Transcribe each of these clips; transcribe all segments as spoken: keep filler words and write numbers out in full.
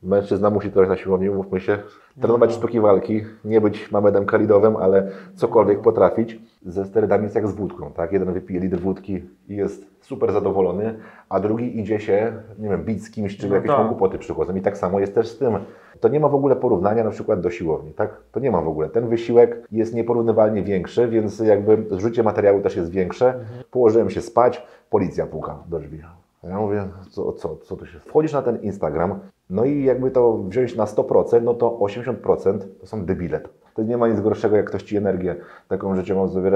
Mężczyzna musi trochę na siłowni, umówmy się, trenować no. sztuki walki, nie być Mamedem Khalidowem, ale cokolwiek potrafić. Ze sterydami jest jak z wódką, tak? Jeden wypije litr wódki i jest super zadowolony, a drugi idzie się, nie wiem, bić z kimś, czy no jakieś tak. głupoty przychodzą. I tak samo jest też z tym. To nie ma w ogóle porównania na przykład do siłowni, tak? To nie ma w ogóle. Ten wysiłek jest nieporównywalnie większy, więc jakby zużycie materiału też jest większe. Mhm. Położyłem się spać, policja puka do drzwi. Ja mówię, co, co, co tu się... Wchodzisz na ten Instagram, no i jakby to wziąć na sto procent, no to osiemdziesiąt procent to są debile. To nie ma nic gorszego, jak ktoś Ci energię taką życiową zabiera.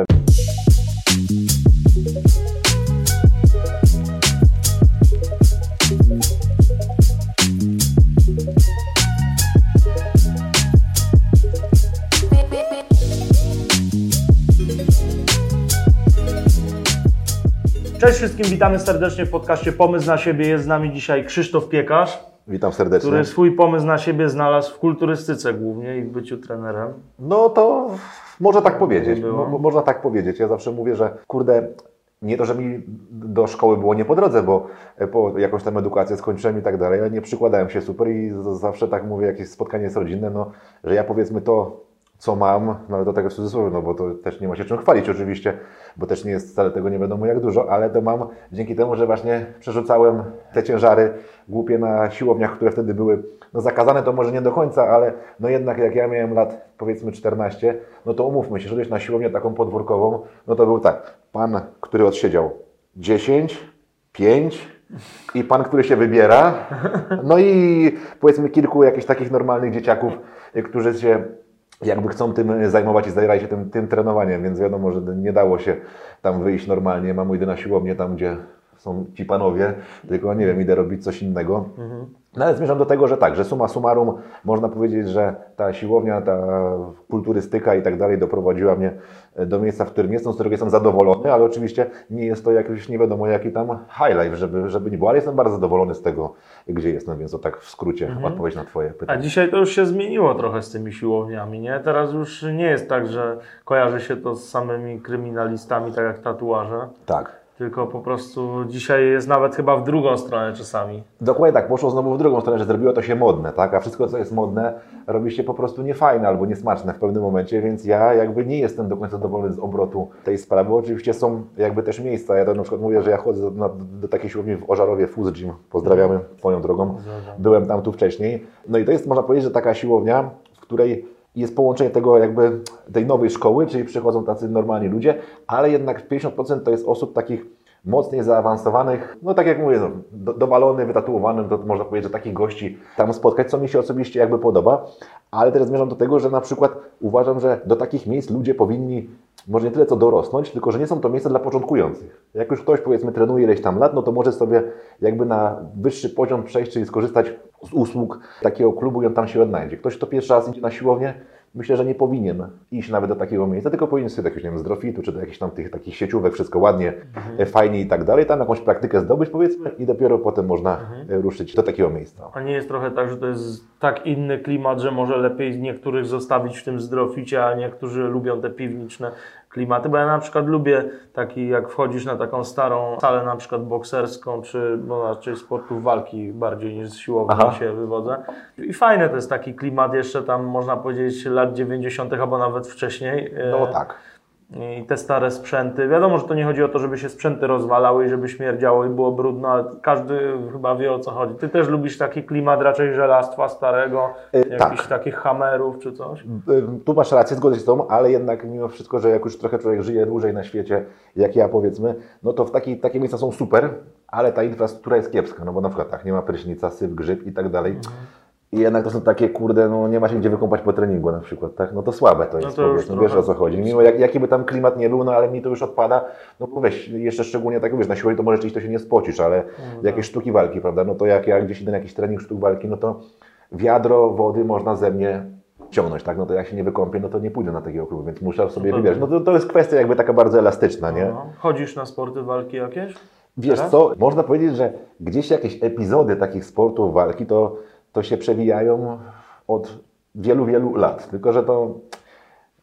Cześć wszystkim, witamy serdecznie w podcaście Pomysł na siebie. Jest z nami dzisiaj Krzysztof Piekarz. Witam serdecznie. Który swój pomysł na siebie znalazł w kulturystyce głównie i w byciu trenerem. No to można tak powiedzieć. Mo- można tak powiedzieć. Ja zawsze mówię, że kurde, nie to, że mi do szkoły było nie po drodze, bo po jakąś tam edukację skończyłem i tak dalej, ale nie przykładałem się super i zawsze tak mówię, jakieś spotkanie jest rodzinne, no, że ja powiedzmy to, co mam, no ale to tak w cudzysłowie, no bo to też nie ma się czym chwalić oczywiście, bo też nie jest wcale tego nie wiadomo jak dużo, ale to mam dzięki temu, że właśnie przerzucałem te ciężary głupie na siłowniach, które wtedy były no zakazane, to może nie do końca, ale no jednak jak ja miałem lat powiedzmy czternaście, no to umówmy się, szedłeś na siłownię taką podwórkową, no to był tak, pan, który odsiedział dziesięć, pięć i pan, który się wybiera, no i powiedzmy kilku jakichś takich normalnych dzieciaków, którzy się jakby chcą tym zajmować i zajmować się tym, tym trenowaniem, więc wiadomo, że nie dało się tam wyjść normalnie. Mamo, idę na siłownię tam, gdzie są ci panowie, tylko nie wiem, idę robić coś innego. Mhm. No ale zmierzam do tego, że tak, że summa summarum można powiedzieć, że ta siłownia, ta kulturystyka i tak dalej doprowadziła mnie do miejsca, w którym jestem, z którego jestem zadowolony, ale oczywiście nie jest to jakiś nie wiadomo jaki tam highlight, żeby, żeby nie było, ale jestem bardzo zadowolony z tego, gdzie jestem, więc to tak w skrócie mhm. odpowiedź na Twoje pytanie. A dzisiaj to już się zmieniło trochę z tymi siłowniami, nie? Teraz już nie jest tak, że kojarzy się to z samymi kryminalistami, tak jak tatuaże. Tak. Tylko po prostu dzisiaj jest nawet chyba w drugą stronę czasami. Dokładnie tak, poszło znowu w drugą stronę, że zrobiło to się modne, tak? A wszystko, co jest modne, robi się po prostu niefajne albo niesmaczne w pewnym momencie, więc ja jakby nie jestem do końca zadowolony z obrotu tej sprawy. Oczywiście są jakby też miejsca, ja to na przykład mówię, że ja chodzę do, do takiej siłowni w Ożarowie, Fuzz Gym, pozdrawiamy Twoją drogą, byłem tam tu wcześniej. No i to jest, można powiedzieć, że taka siłownia, w której jest połączenie tego jakby tej nowej szkoły, czyli przychodzą tacy normalni ludzie, ale jednak pięćdziesiąt procent to jest osób takich mocniej zaawansowanych, no tak jak mówię, no, do, dowalony, wytatuowany, to można powiedzieć, że takich gości tam spotkać, co mi się osobiście jakby podoba, ale teraz zmierzam do tego, że na przykład uważam, że do takich miejsc ludzie powinni może nie tyle co dorosnąć, tylko że nie są to miejsca dla początkujących. Jak już ktoś powiedzmy trenuje ileś tam lat, no to może sobie jakby na wyższy poziom przejść, czyli skorzystać z usług takiego klubu i on tam się odnajdzie. Ktoś, kto pierwszy raz idzie na siłownię, myślę, że nie powinien iść nawet do takiego miejsca, tylko powinien sobie do jakiegoś, nie wiem, zdrofitu, czy do jakichś tam tych takich sieciówek, wszystko ładnie, mhm. fajnie i tak dalej, tam jakąś praktykę zdobyć powiedzmy i dopiero potem można mhm. ruszyć do takiego miejsca. A nie jest trochę tak, że to jest tak inny klimat, że może lepiej niektórych zostawić w tym zdroficie, a niektórzy lubią te piwniczne klimaty, bo ja na przykład lubię taki, jak wchodzisz na taką starą salę na przykład bokserską, czy bo raczej sportów walki bardziej niż z siłowni się wywodzę. I fajny to jest taki klimat jeszcze tam można powiedzieć lat dziewięćdziesiątych albo nawet wcześniej. No tak. I te stare sprzęty. Wiadomo, że to nie chodzi o to, żeby się sprzęty rozwalały i żeby śmierdziało i było brudno, ale każdy chyba wie, o co chodzi. Ty też lubisz taki klimat raczej żelastwa starego, yy, jakichś tak. takich hamerów czy coś? Yy, tu masz rację, zgodzę się z tobą, ale jednak mimo wszystko, że jak już trochę człowiek żyje dłużej na świecie, jak ja powiedzmy, no to w taki, takie miejsca są super, ale ta infrastruktura jest kiepska, no bo na przykład tak, nie ma prysznica, syf, grzyb i tak dalej. Mhm. I jednak to są takie, kurde, no nie ma się gdzie wykąpać po treningu na przykład, tak? No to słabe to jest, no to powiedz, no wiesz o co chodzi. Mimo jak, jaki by tam klimat nie był, no ale mi to już odpada, no bo weź, jeszcze szczególnie tak, wiesz, na siłowni to może rzeczywiście to się nie spocisz, ale no jakieś tak. sztuki walki, prawda? No to jak ja gdzieś idę na jakiś trening sztuk walki, no to wiadro wody można ze mnie ciągnąć, tak? No to jak się nie wykąpię, no to nie pójdę na takiego klubu, więc muszę sobie no wybierać. No to, to jest kwestia jakby taka bardzo elastyczna, nie? No. Chodzisz na sporty walki jakieś? Wiesz Teraz? co, można powiedzieć, że gdzieś jakieś epizody takich sportów walki to to się przewijają od wielu, wielu lat. Tylko że to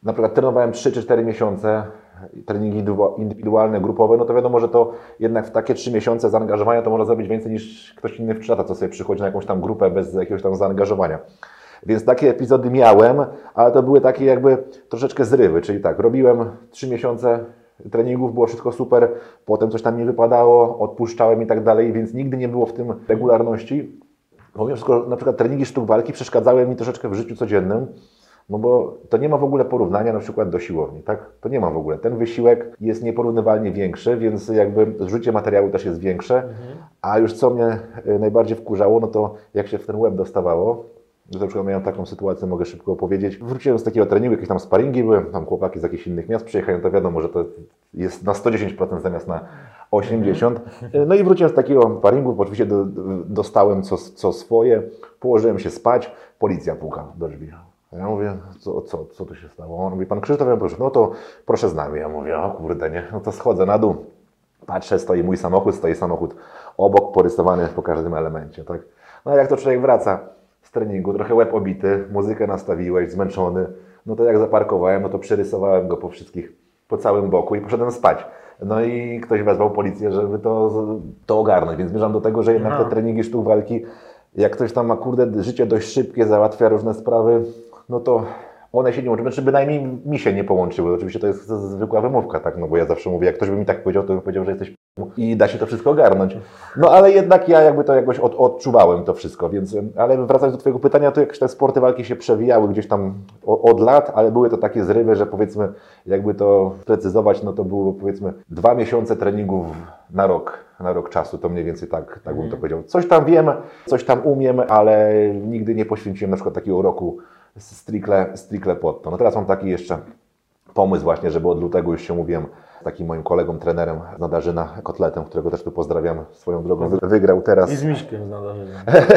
na przykład trenowałem trzy czy cztery miesiące, treningi indywidualne, grupowe, no to wiadomo, że to jednak w takie trzy miesiące zaangażowania to można zrobić więcej niż ktoś inny w trzy lata, co sobie przychodzi na jakąś tam grupę bez jakiegoś tam zaangażowania. Więc takie epizody miałem, ale to były takie jakby troszeczkę zrywy, czyli tak, robiłem trzy miesiące treningów, było wszystko super, potem coś tam nie wypadało, odpuszczałem i tak dalej, więc nigdy nie było w tym regularności. Powiem wszystko, na przykład treningi sztuk walki przeszkadzały mi troszeczkę w życiu codziennym, no bo to nie ma w ogóle porównania na przykład do siłowni, tak? To nie ma w ogóle. Ten wysiłek jest nieporównywalnie większy, więc jakby zużycie materiału też jest większe, mhm. a już co mnie najbardziej wkurzało, no to jak się w ten łeb dostawało, że na przykład miałem taką sytuację, mogę szybko opowiedzieć. Wróciłem z takiego treningu, jakieś tam sparingi były, tam chłopaki z jakichś innych miast przyjechają, to wiadomo, że to jest na sto dziesięć procent zamiast na osiemdziesiąt procent. No i wróciłem z takiego sparingu, oczywiście do, dostałem co, co swoje, położyłem się spać, policja puka do drzwi. Ja mówię, co, co, co tu się stało? On mówi, pan Krzysztof, ja proszę, no to proszę z nami. Ja mówię, o kurde, nie, no to schodzę na dół. Patrzę, stoi mój samochód, stoi samochód obok, porysowany po każdym elemencie, tak? No a jak to człowiek wraca z treningu, trochę łeb obity, muzykę nastawiłeś, zmęczony, no to jak zaparkowałem, no to przerysowałem go po wszystkich, po całym boku i poszedłem spać. No i ktoś wezwał policję, żeby to, to ogarnąć, więc zmierzam do tego, że jednak Aha. te treningi sztuk walki, jak ktoś tam ma, kurde, życie dość szybkie, załatwia różne sprawy, no to one się nie łączą, znaczy bynajmniej mi się nie połączyły. Oczywiście to jest zwykła wymówka, tak, no bo ja zawsze mówię, jak ktoś by mi tak powiedział, to bym powiedział, że jesteś p***ą i da się to wszystko ogarnąć. No ale jednak ja jakby to jakoś od, odczuwałem to wszystko, więc, ale wracając do Twojego pytania, to jak te sporty walki się przewijały gdzieś tam od lat, ale były to takie zrywy, że powiedzmy, jakby to precyzować, no to było powiedzmy dwa miesiące treningów na rok, na rok czasu, to mniej więcej tak, tak bym to powiedział. Coś tam wiem, coś tam umiem, ale nigdy nie poświęciłem na przykład takiego roku stricte, stricte pod to. No teraz mam taki jeszcze pomysł właśnie, żeby od lutego, już się mówiłem, z takim moim kolegą, trenerem z Nadarzyna, Kotletem, którego też tu pozdrawiam swoją drogą, wygrał teraz. I z Miśkiem z Nadarzyna.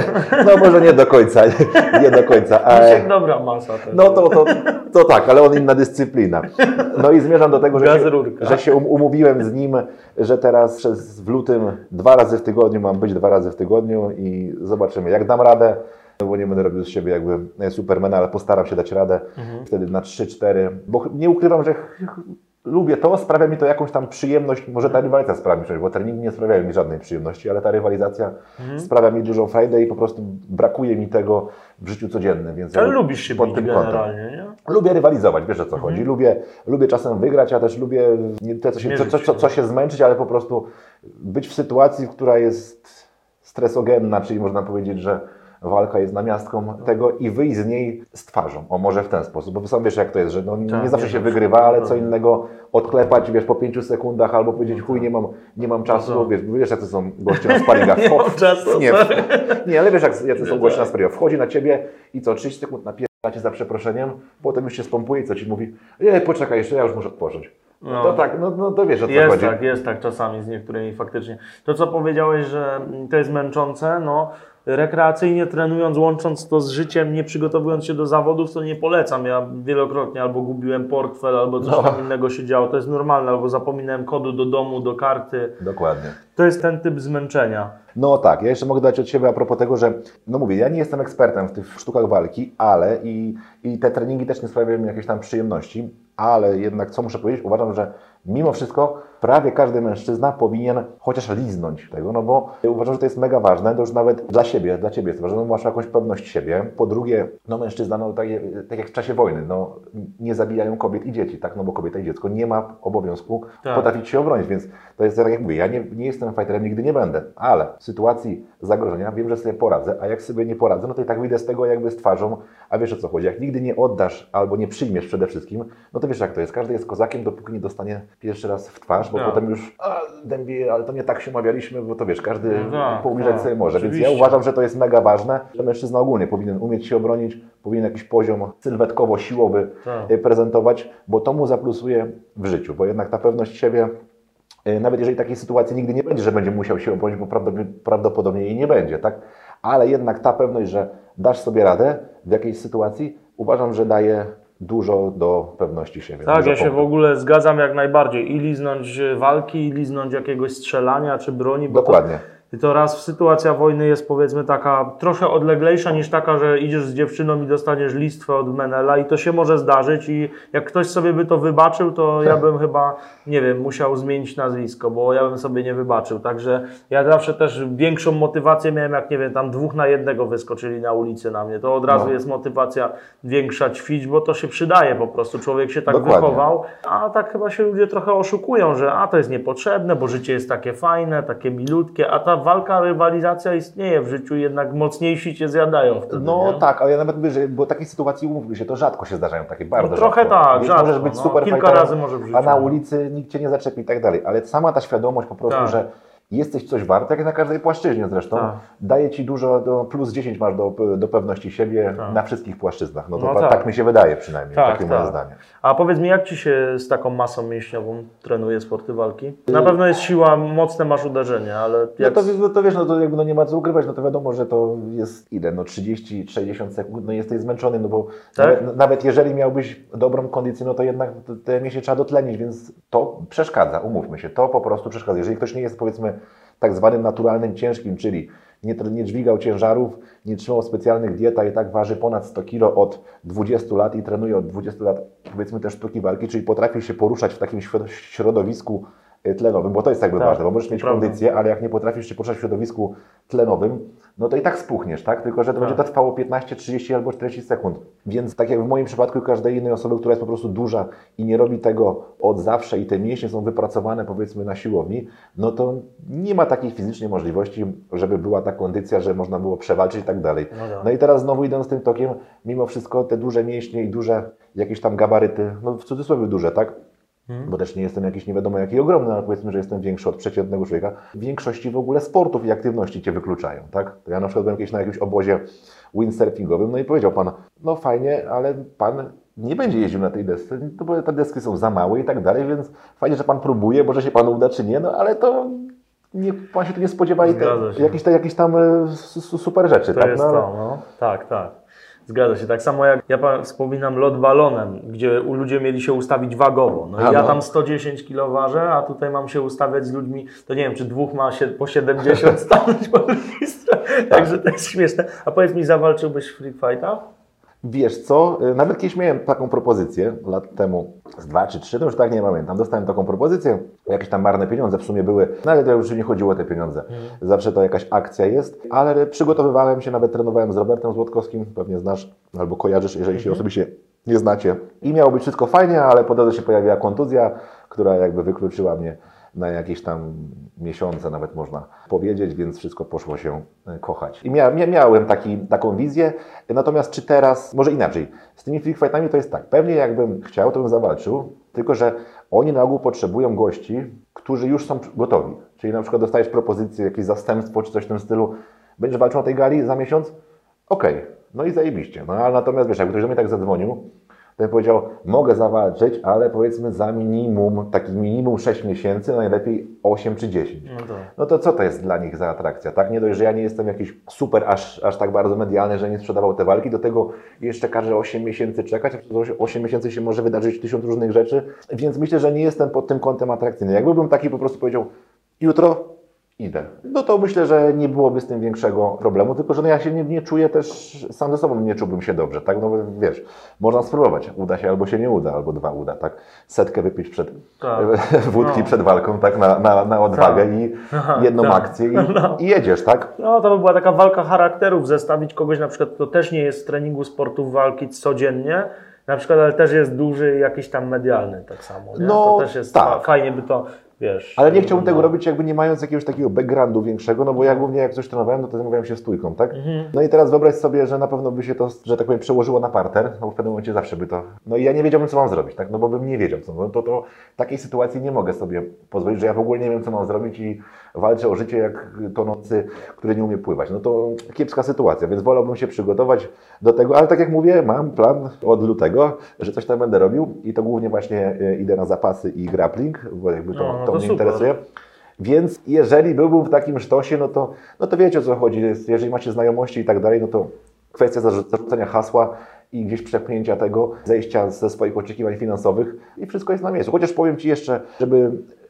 No może nie do końca, nie do końca. Miśek dobra masa też. No to, to, to tak, ale on inna dyscyplina. No i zmierzam do tego, że się, że się umówiłem z nim, że teraz przez w lutym dwa razy w tygodniu mam być, dwa razy w tygodniu i zobaczymy, jak dam radę. No bo nie będę robił z siebie jakby supermana, ale postaram się dać radę mhm. wtedy na trzy cztery, bo nie ukrywam, że lubię to, sprawia mi to jakąś tam przyjemność, może ta rywalizacja sprawia mi przyjemność, bo treningi nie sprawiają mi żadnej przyjemności, ale ta rywalizacja mhm. sprawia mi dużą frajdę i po prostu brakuje mi tego w życiu codziennym. Więc ale ja lubisz się pod tym generalnie, nie? Lubię rywalizować, wiesz o co mhm. chodzi. Lubię, lubię czasem wygrać, a też lubię nie tyle co się, co, co, co, co się zmęczyć, ale po prostu być w sytuacji, która jest stresogenna, czyli można powiedzieć, że walka jest namiastką tego i wyjść z niej z twarzą. O, może w ten sposób, bo sam wiesz jak to jest, że no, nie, tak, nie zawsze nie się wiem, wygrywa, ale co innego odklepać, wiesz, po pięciu sekundach albo powiedzieć chuj, nie mam, nie mam czasu, no wiesz, wiesz jak to są goście na sparingach. Nie mam czasu, nie, nie, ale wiesz jak, jak to są goście na sparingach. Wchodzi na ciebie i co, trzydzieści sekund napiera cię za przeproszeniem, potem już się spompuje i co ci mówi, nie, poczekaj jeszcze, ja już muszę odpocząć. No. To tak, no, no to wiesz o co jest chodzi. Jest tak, jest tak czasami z niektórymi faktycznie. To co powiedziałeś, że to jest męczące, no rekreacyjnie trenując, łącząc to z życiem, nie przygotowując się do zawodów, to nie polecam. Ja wielokrotnie albo gubiłem portfel, albo coś no. tam innego się działo. To jest normalne, albo zapominałem kodu do domu, do karty. Dokładnie. To jest ten typ zmęczenia. No tak, ja jeszcze mogę dać od siebie a propos tego, że no mówię, ja nie jestem ekspertem w tych sztukach walki, ale i, i te treningi też nie sprawiają mi jakiejś tam przyjemności, ale jednak co muszę powiedzieć, uważam, że mimo wszystko prawie każdy mężczyzna powinien chociaż liznąć tego, no bo uważam, że to jest mega ważne, to już nawet dla siebie, dla Ciebie jest ważne, no masz jakąś pewność siebie. Po drugie, no mężczyzna, no tak, tak jak w czasie wojny, no nie zabijają kobiet i dzieci, tak, no bo kobieta i dziecko nie ma obowiązku tak. potrafić się obronić, więc to jest tak jak mówię, ja nie, nie jestem fighterem, nigdy nie będę, ale w sytuacji zagrożenia wiem, że sobie poradzę, a jak sobie nie poradzę, no to i tak wyjdę z tego jakby z twarzą, a wiesz o co chodzi, jak nigdy nie oddasz albo nie przyjmiesz przede wszystkim, no to wiesz jak to jest, każdy jest kozakiem, dopóki nie dostanie pierwszy raz w twarz, bo no. potem już, a dębie, ale to nie tak się umawialiśmy, bo to wiesz, każdy no, poumiżać no, sobie może, oczywiście. Więc ja uważam, że to jest mega ważne, że mężczyzna ogólnie powinien umieć się obronić, powinien jakiś poziom sylwetkowo-siłowy tak. prezentować, bo to mu zaplusuje w życiu, bo jednak ta pewność siebie, nawet jeżeli takiej sytuacji nigdy nie będzie, że będzie musiał się obronić, bo prawdopodobnie jej nie będzie, tak? Ale jednak ta pewność, że dasz sobie radę w jakiejś sytuacji, uważam, że daje dużo do pewności siebie. Tak, ja się w ogóle zgadzam jak najbardziej. I liznąć walki, i liznąć jakiegoś strzelania czy broni. Bo dokładnie. I to raz sytuacja wojny jest powiedzmy taka trochę odleglejsza niż taka, że idziesz z dziewczyną i dostaniesz listwę od menela i to się może zdarzyć i jak ktoś sobie by to wybaczył, to ja bym chyba, nie wiem, musiał zmienić nazwisko, bo ja bym sobie nie wybaczył. Także ja zawsze też większą motywację miałem, jak nie wiem, tam dwóch na jednego wyskoczyli na ulicy na mnie. To od razu no. jest motywacja większa ćwić, bo to się przydaje po prostu. Człowiek się tak Dokładnie. wychował, a tak chyba się ludzie trochę oszukują, że a to jest niepotrzebne, bo życie jest takie fajne, takie milutkie, a ta walka, rywalizacja istnieje w życiu, jednak mocniejsi cię zjadają wtedy. No nie? tak, ale ja nawet mówię, że bo takiej sytuacji, umówmy się, to rzadko się zdarzają takie bardzo no, trochę rzadko. tak, Wiesz, rzadko. Możesz być no, super kilka fighterem, razy może w życiu. a na ulicy nikt cię nie zaczepi i tak dalej. Ale sama ta świadomość po prostu, tak. że jesteś coś wart, jak na każdej płaszczyźnie zresztą, tak. daje ci dużo, do, plus dziesięć masz do, do pewności siebie tak. na wszystkich płaszczyznach. No to no tak. tak mi się wydaje przynajmniej, tak, takie tak. moje zdanie. A powiedz mi, jak ci się z taką masą mięśniową trenuje sporty walki? Na pewno jest siła, mocne masz uderzenie, ale jak... No to, no to wiesz, no to jakby no nie ma co ukrywać, no to wiadomo, że to jest ile, no trzydzieści do sześćdziesięciu sekund, no jesteś zmęczony, no bo tak? nawet, nawet jeżeli miałbyś dobrą kondycję, no to jednak te mięśnie trzeba dotlenić, więc to przeszkadza, umówmy się, to po prostu przeszkadza. Jeżeli ktoś nie jest, powiedzmy, tak zwanym naturalnym ciężkim, czyli nie, nie dźwigał ciężarów, nie trzymał specjalnych diet, a i tak waży ponad sto kilo od dwudziestu lat i trenuje od dwudziestu lat, powiedzmy, też sztuki walki, czyli potrafi się poruszać w takim środowisku tlenowym, bo to jest jakby tak, ważne, bo możesz mieć prawda. kondycję, ale jak nie potrafisz się poruszać w środowisku tlenowym, no to i tak spuchniesz, tak? Tylko że to tak. będzie to trwało piętnaście, trzydzieści albo czterdzieści sekund. Więc tak jak w moim przypadku i każdej innej osoby, która jest po prostu duża i nie robi tego od zawsze i te mięśnie są wypracowane, powiedzmy, na siłowni, no to nie ma takiej fizycznej możliwości, żeby była ta kondycja, że można było przewalczyć i tak dalej. No, tak. no i teraz znowu idąc tym tokiem, mimo wszystko te duże mięśnie i duże jakieś tam gabaryty, no w cudzysłowie duże, tak? Hmm. Bo też nie jestem jakiś nie wiadomo jaki ogromny, ale powiedzmy, że jestem większy od przeciętnego człowieka. W większości w ogóle sportów i aktywności cię wykluczają, tak? To ja na przykład byłem kiedyś na jakimś obozie windsurfingowym, no i powiedział pan, no fajnie, ale pan nie będzie jeździł na tej desce, to bo te deski są za małe i tak dalej, więc fajnie, że pan próbuje, może się panu uda czy nie, no ale to nie, pan się tu nie spodziewa i te, jakieś, te, jakieś tam super rzeczy, to tak? Jest no, to, no. Tak, tak. Zgadza się. Tak samo jak ja wspominam lot balonem, gdzie ludzie mieli się ustawić wagowo. No i ja tam sto dziesięć kilo ważę, a tutaj mam się ustawiać z ludźmi, to nie wiem, czy dwóch ma się po siedemdziesiąt stanąć po drugiej stronie. Także to jest śmieszne. A powiedz mi, zawalczyłbyś w Freak Fightach? Wiesz co, nawet kiedyś miałem taką propozycję lat temu, z dwa czy trzy, to już tak nie pamiętam, dostałem taką propozycję, jakieś tam marne pieniądze w sumie były, no ale to już nie chodziło o te pieniądze, hmm. zawsze to jakaś akcja jest, ale przygotowywałem się, nawet trenowałem z Robertem Złotkowskim, pewnie znasz albo kojarzysz, jeżeli się hmm. osobiście nie znacie. I miało być wszystko fajnie, ale po drodze się pojawiła kontuzja, która jakby wykluczyła mnie na jakieś tam miesiące, nawet można powiedzieć, więc wszystko poszło się kochać. I mia, miałem taki, taką wizję, natomiast czy teraz, może inaczej, z tymi freak fightami to jest tak, pewnie jakbym chciał, to bym zawalczył, tylko że oni na ogół potrzebują gości, którzy już są gotowi. Czyli na przykład dostajesz propozycję, jakieś zastępstwo czy coś w tym stylu, będziesz walczył na tej gali za miesiąc? Okej, okay. No i zajebiście. No ale natomiast wiesz, jakby ktoś do mnie tak zadzwonił, to ja powiedział, mogę zawalczyć, ale powiedzmy za minimum, taki minimum sześć miesięcy, najlepiej osiem czy dziesięć. No to. no to co to jest dla nich za atrakcja, tak? Nie dość, że ja nie jestem jakiś super, aż, aż tak bardzo medialny, że nie sprzedawał te walki, do tego jeszcze każe osiem miesięcy czekać, a przez osiem miesięcy się może wydarzyć tysiąc różnych rzeczy, więc myślę, że nie jestem pod tym kątem atrakcyjny. Jakbym taki po prostu powiedział, jutro idę. No to myślę, że nie byłoby z tym większego problemu, tylko że no ja się nie, nie czuję też, sam ze sobą nie czułbym się dobrze, tak? No wiesz, można spróbować, uda się albo się nie uda, albo dwa uda, tak? Setkę wypić przed, tak. wódki no. przed walką, tak? Na, na, na odwagę tak. i Aha, jedną tak. akcję i, no. i jedziesz, tak? No to by była taka walka charakterów, zestawić kogoś na przykład, kto też nie jest z treningu sportów walki codziennie, na przykład, ale też jest duży, jakiś tam medialny tak samo, nie? No, to też jest tak. fajnie by to, wiesz. Ale nie chciałbym no. tego robić jakby nie mając jakiegoś takiego backgroundu większego, no bo ja głównie jak coś trenowałem, no to zajmowałem się stójką, tak? Mhm. No i teraz wyobraź sobie, że na pewno by się to, że tak powiem, przełożyło na parter, no bo w pewnym momencie zawsze by to, no i ja nie wiedziałbym, co mam zrobić, tak? No bo bym nie wiedział, co, no to, to takiej sytuacji nie mogę sobie pozwolić, że ja w ogóle nie wiem, co mam zrobić i walczę o życie jak tonący, który nie umie pływać. No to kiepska sytuacja, więc wolałbym się przygotować do tego, ale tak jak mówię, mam plan od lutego, że coś tam będę robił i to głównie właśnie idę na zapasy i grappling, bo jakby to, no, no to, to mnie super. interesuje. Więc jeżeli byłbym w takim sztosie, no to, no to wiecie o co chodzi. Jeżeli macie znajomości i tak dalej, no to kwestia zarzucenia hasła i gdzieś przepchnięcia tego, zejścia ze swoich oczekiwań finansowych i wszystko jest na miejscu. Chociaż powiem Ci jeszcze, żeby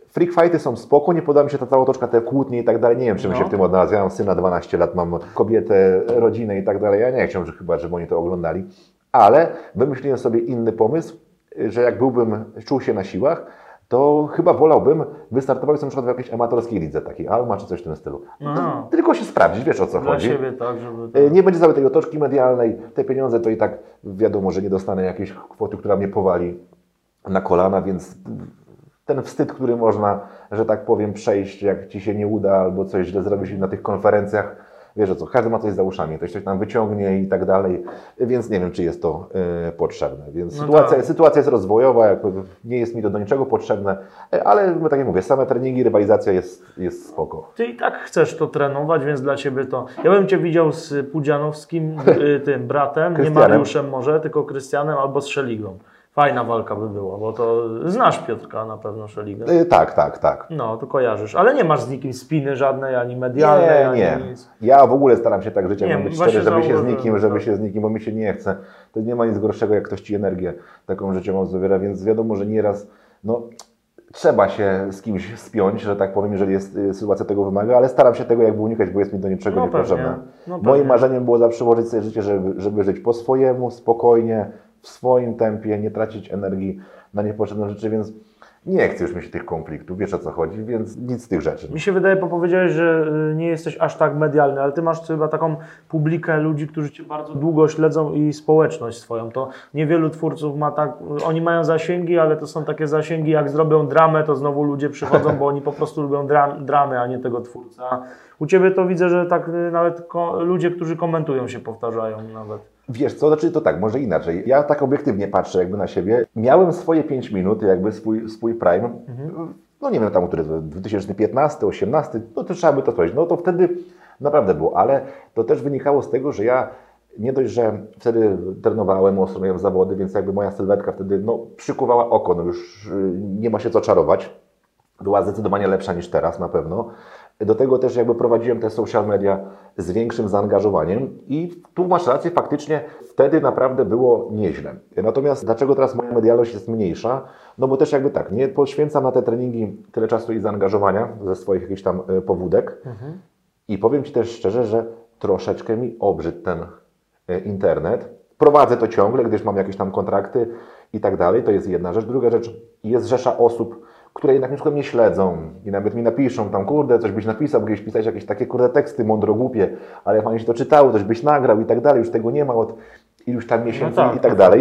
freak fighty są spoko, nie podoba mi się ta cała otoczka, te kłótnie i tak dalej, nie wiem, czym No. się w tym odnalazł. Ja mam syna dwanaście lat, mam kobietę, rodzinę i tak dalej, ja nie chciałbym, że chyba, żeby oni to oglądali, ale wymyśliłem sobie inny pomysł, że jak byłbym, czuł się na siłach, to chyba wolałbym wystartować na przykład w jakiejś amatorskiej lidze takiej, Alma czy coś w tym stylu. No. Tylko się sprawdzić, wiesz o co Dla chodzi. siebie tak, żeby... Tak. Nie będzie całej tej otoczki medialnej, te pieniądze to i tak wiadomo, że nie dostanę jakiejś kwoty, która mnie powali na kolana, więc ten wstyd, który można, że tak powiem, przejść, jak ci się nie uda albo coś źle zrobić na tych konferencjach, wiesz o co, każdy ma coś za uszami, ktoś coś tam wyciągnie i tak dalej, więc nie wiem, czy jest to y, potrzebne. Więc no sytuacja, tak. sytuacja jest rozwojowa, jakby nie jest mi to do niczego potrzebne, ale tak jak mówię, same treningi, rywalizacja jest, jest spoko. Ty i tak chcesz to trenować, więc dla Ciebie to... Ja bym Cię widział z Pudzianowskim, y, tym bratem, nie Krystianem. Mariuszem może, tylko Krystianem albo z Szeligą. Fajna walka by była, bo to znasz Piotrka na pewno Szeligę. Y, tak, tak, tak. No, to kojarzysz, ale nie masz z nikim spiny żadnej, ani medialnej, Nie, ani nie. nic. Ja w ogóle staram się tak żyć, Nie, jak być właśnie szczery, żeby się z zauważyłem, nikim, żeby tak. się z nikim, bo mi się nie chce. To nie ma nic gorszego, jak ktoś ci energię taką życiową zawiera, więc wiadomo, że nieraz no, trzeba się z kimś spiąć, że tak powiem, jeżeli jest, y, sytuacja tego wymaga, ale staram się tego jakby unikać, bo jest mi do niczego No niepotrzebne. pewnie, no Moim pewnie. marzeniem było zawsze ułożyć sobie życie, żeby, żeby żyć po swojemu, spokojnie, w swoim tempie, nie tracić energii na niepotrzebne rzeczy, więc nie chcę już mieć tych konfliktów, wiesz o co chodzi, więc nic z tych rzeczy. Mi się wydaje, bo powiedziałeś, że y, nie jesteś aż tak medialny, ale Ty masz chyba taką publikę ludzi, którzy Cię bardzo długo śledzą i społeczność swoją. To niewielu twórców ma tak, oni mają zasięgi, ale to są takie zasięgi, jak zrobią dramę, to znowu ludzie przychodzą, bo oni po prostu lubią dram, dramy, a nie tego twórca. U Ciebie to widzę, że tak y, nawet ko- ludzie, którzy komentują się powtarzają nawet. Wiesz co, znaczy to tak, może inaczej. Ja tak obiektywnie patrzę jakby na siebie. Miałem swoje pięć minut, jakby swój, swój prime. Mhm. No nie wiem tam, który to dwa tysiące piętnasty, osiemnasty, no to trzeba by to powiedzieć. No to wtedy naprawdę było, ale to też wynikało z tego, że ja nie dość, że wtedy trenowałem, mocno miałem zawody, więc jakby moja sylwetka wtedy no, przykuwała oko, no już nie ma się co czarować. Była zdecydowanie lepsza niż teraz na pewno. Do tego też jakby prowadziłem te social media z większym zaangażowaniem i tu masz rację, faktycznie wtedy naprawdę było nieźle. Natomiast dlaczego teraz moja medialność jest mniejsza? No bo też jakby tak, nie poświęcam na te treningi tyle czasu i zaangażowania ze swoich jakichś tam pobudek mhm. i powiem Ci też szczerze, że troszeczkę mi obrzydł ten internet. Prowadzę to ciągle, gdyż mam jakieś tam kontrakty i tak dalej, to jest jedna rzecz. Druga rzecz, jest rzesza osób, które jednak na przykład mnie śledzą i nawet mi napiszą tam, kurde, coś byś napisał, gdzieś pisać jakieś takie kurde teksty mądro głupie, ale jak fajnie się to czytało, coś byś nagrał i tak dalej, już tego nie ma od iluś tam miesięcy no tak, i tak dalej.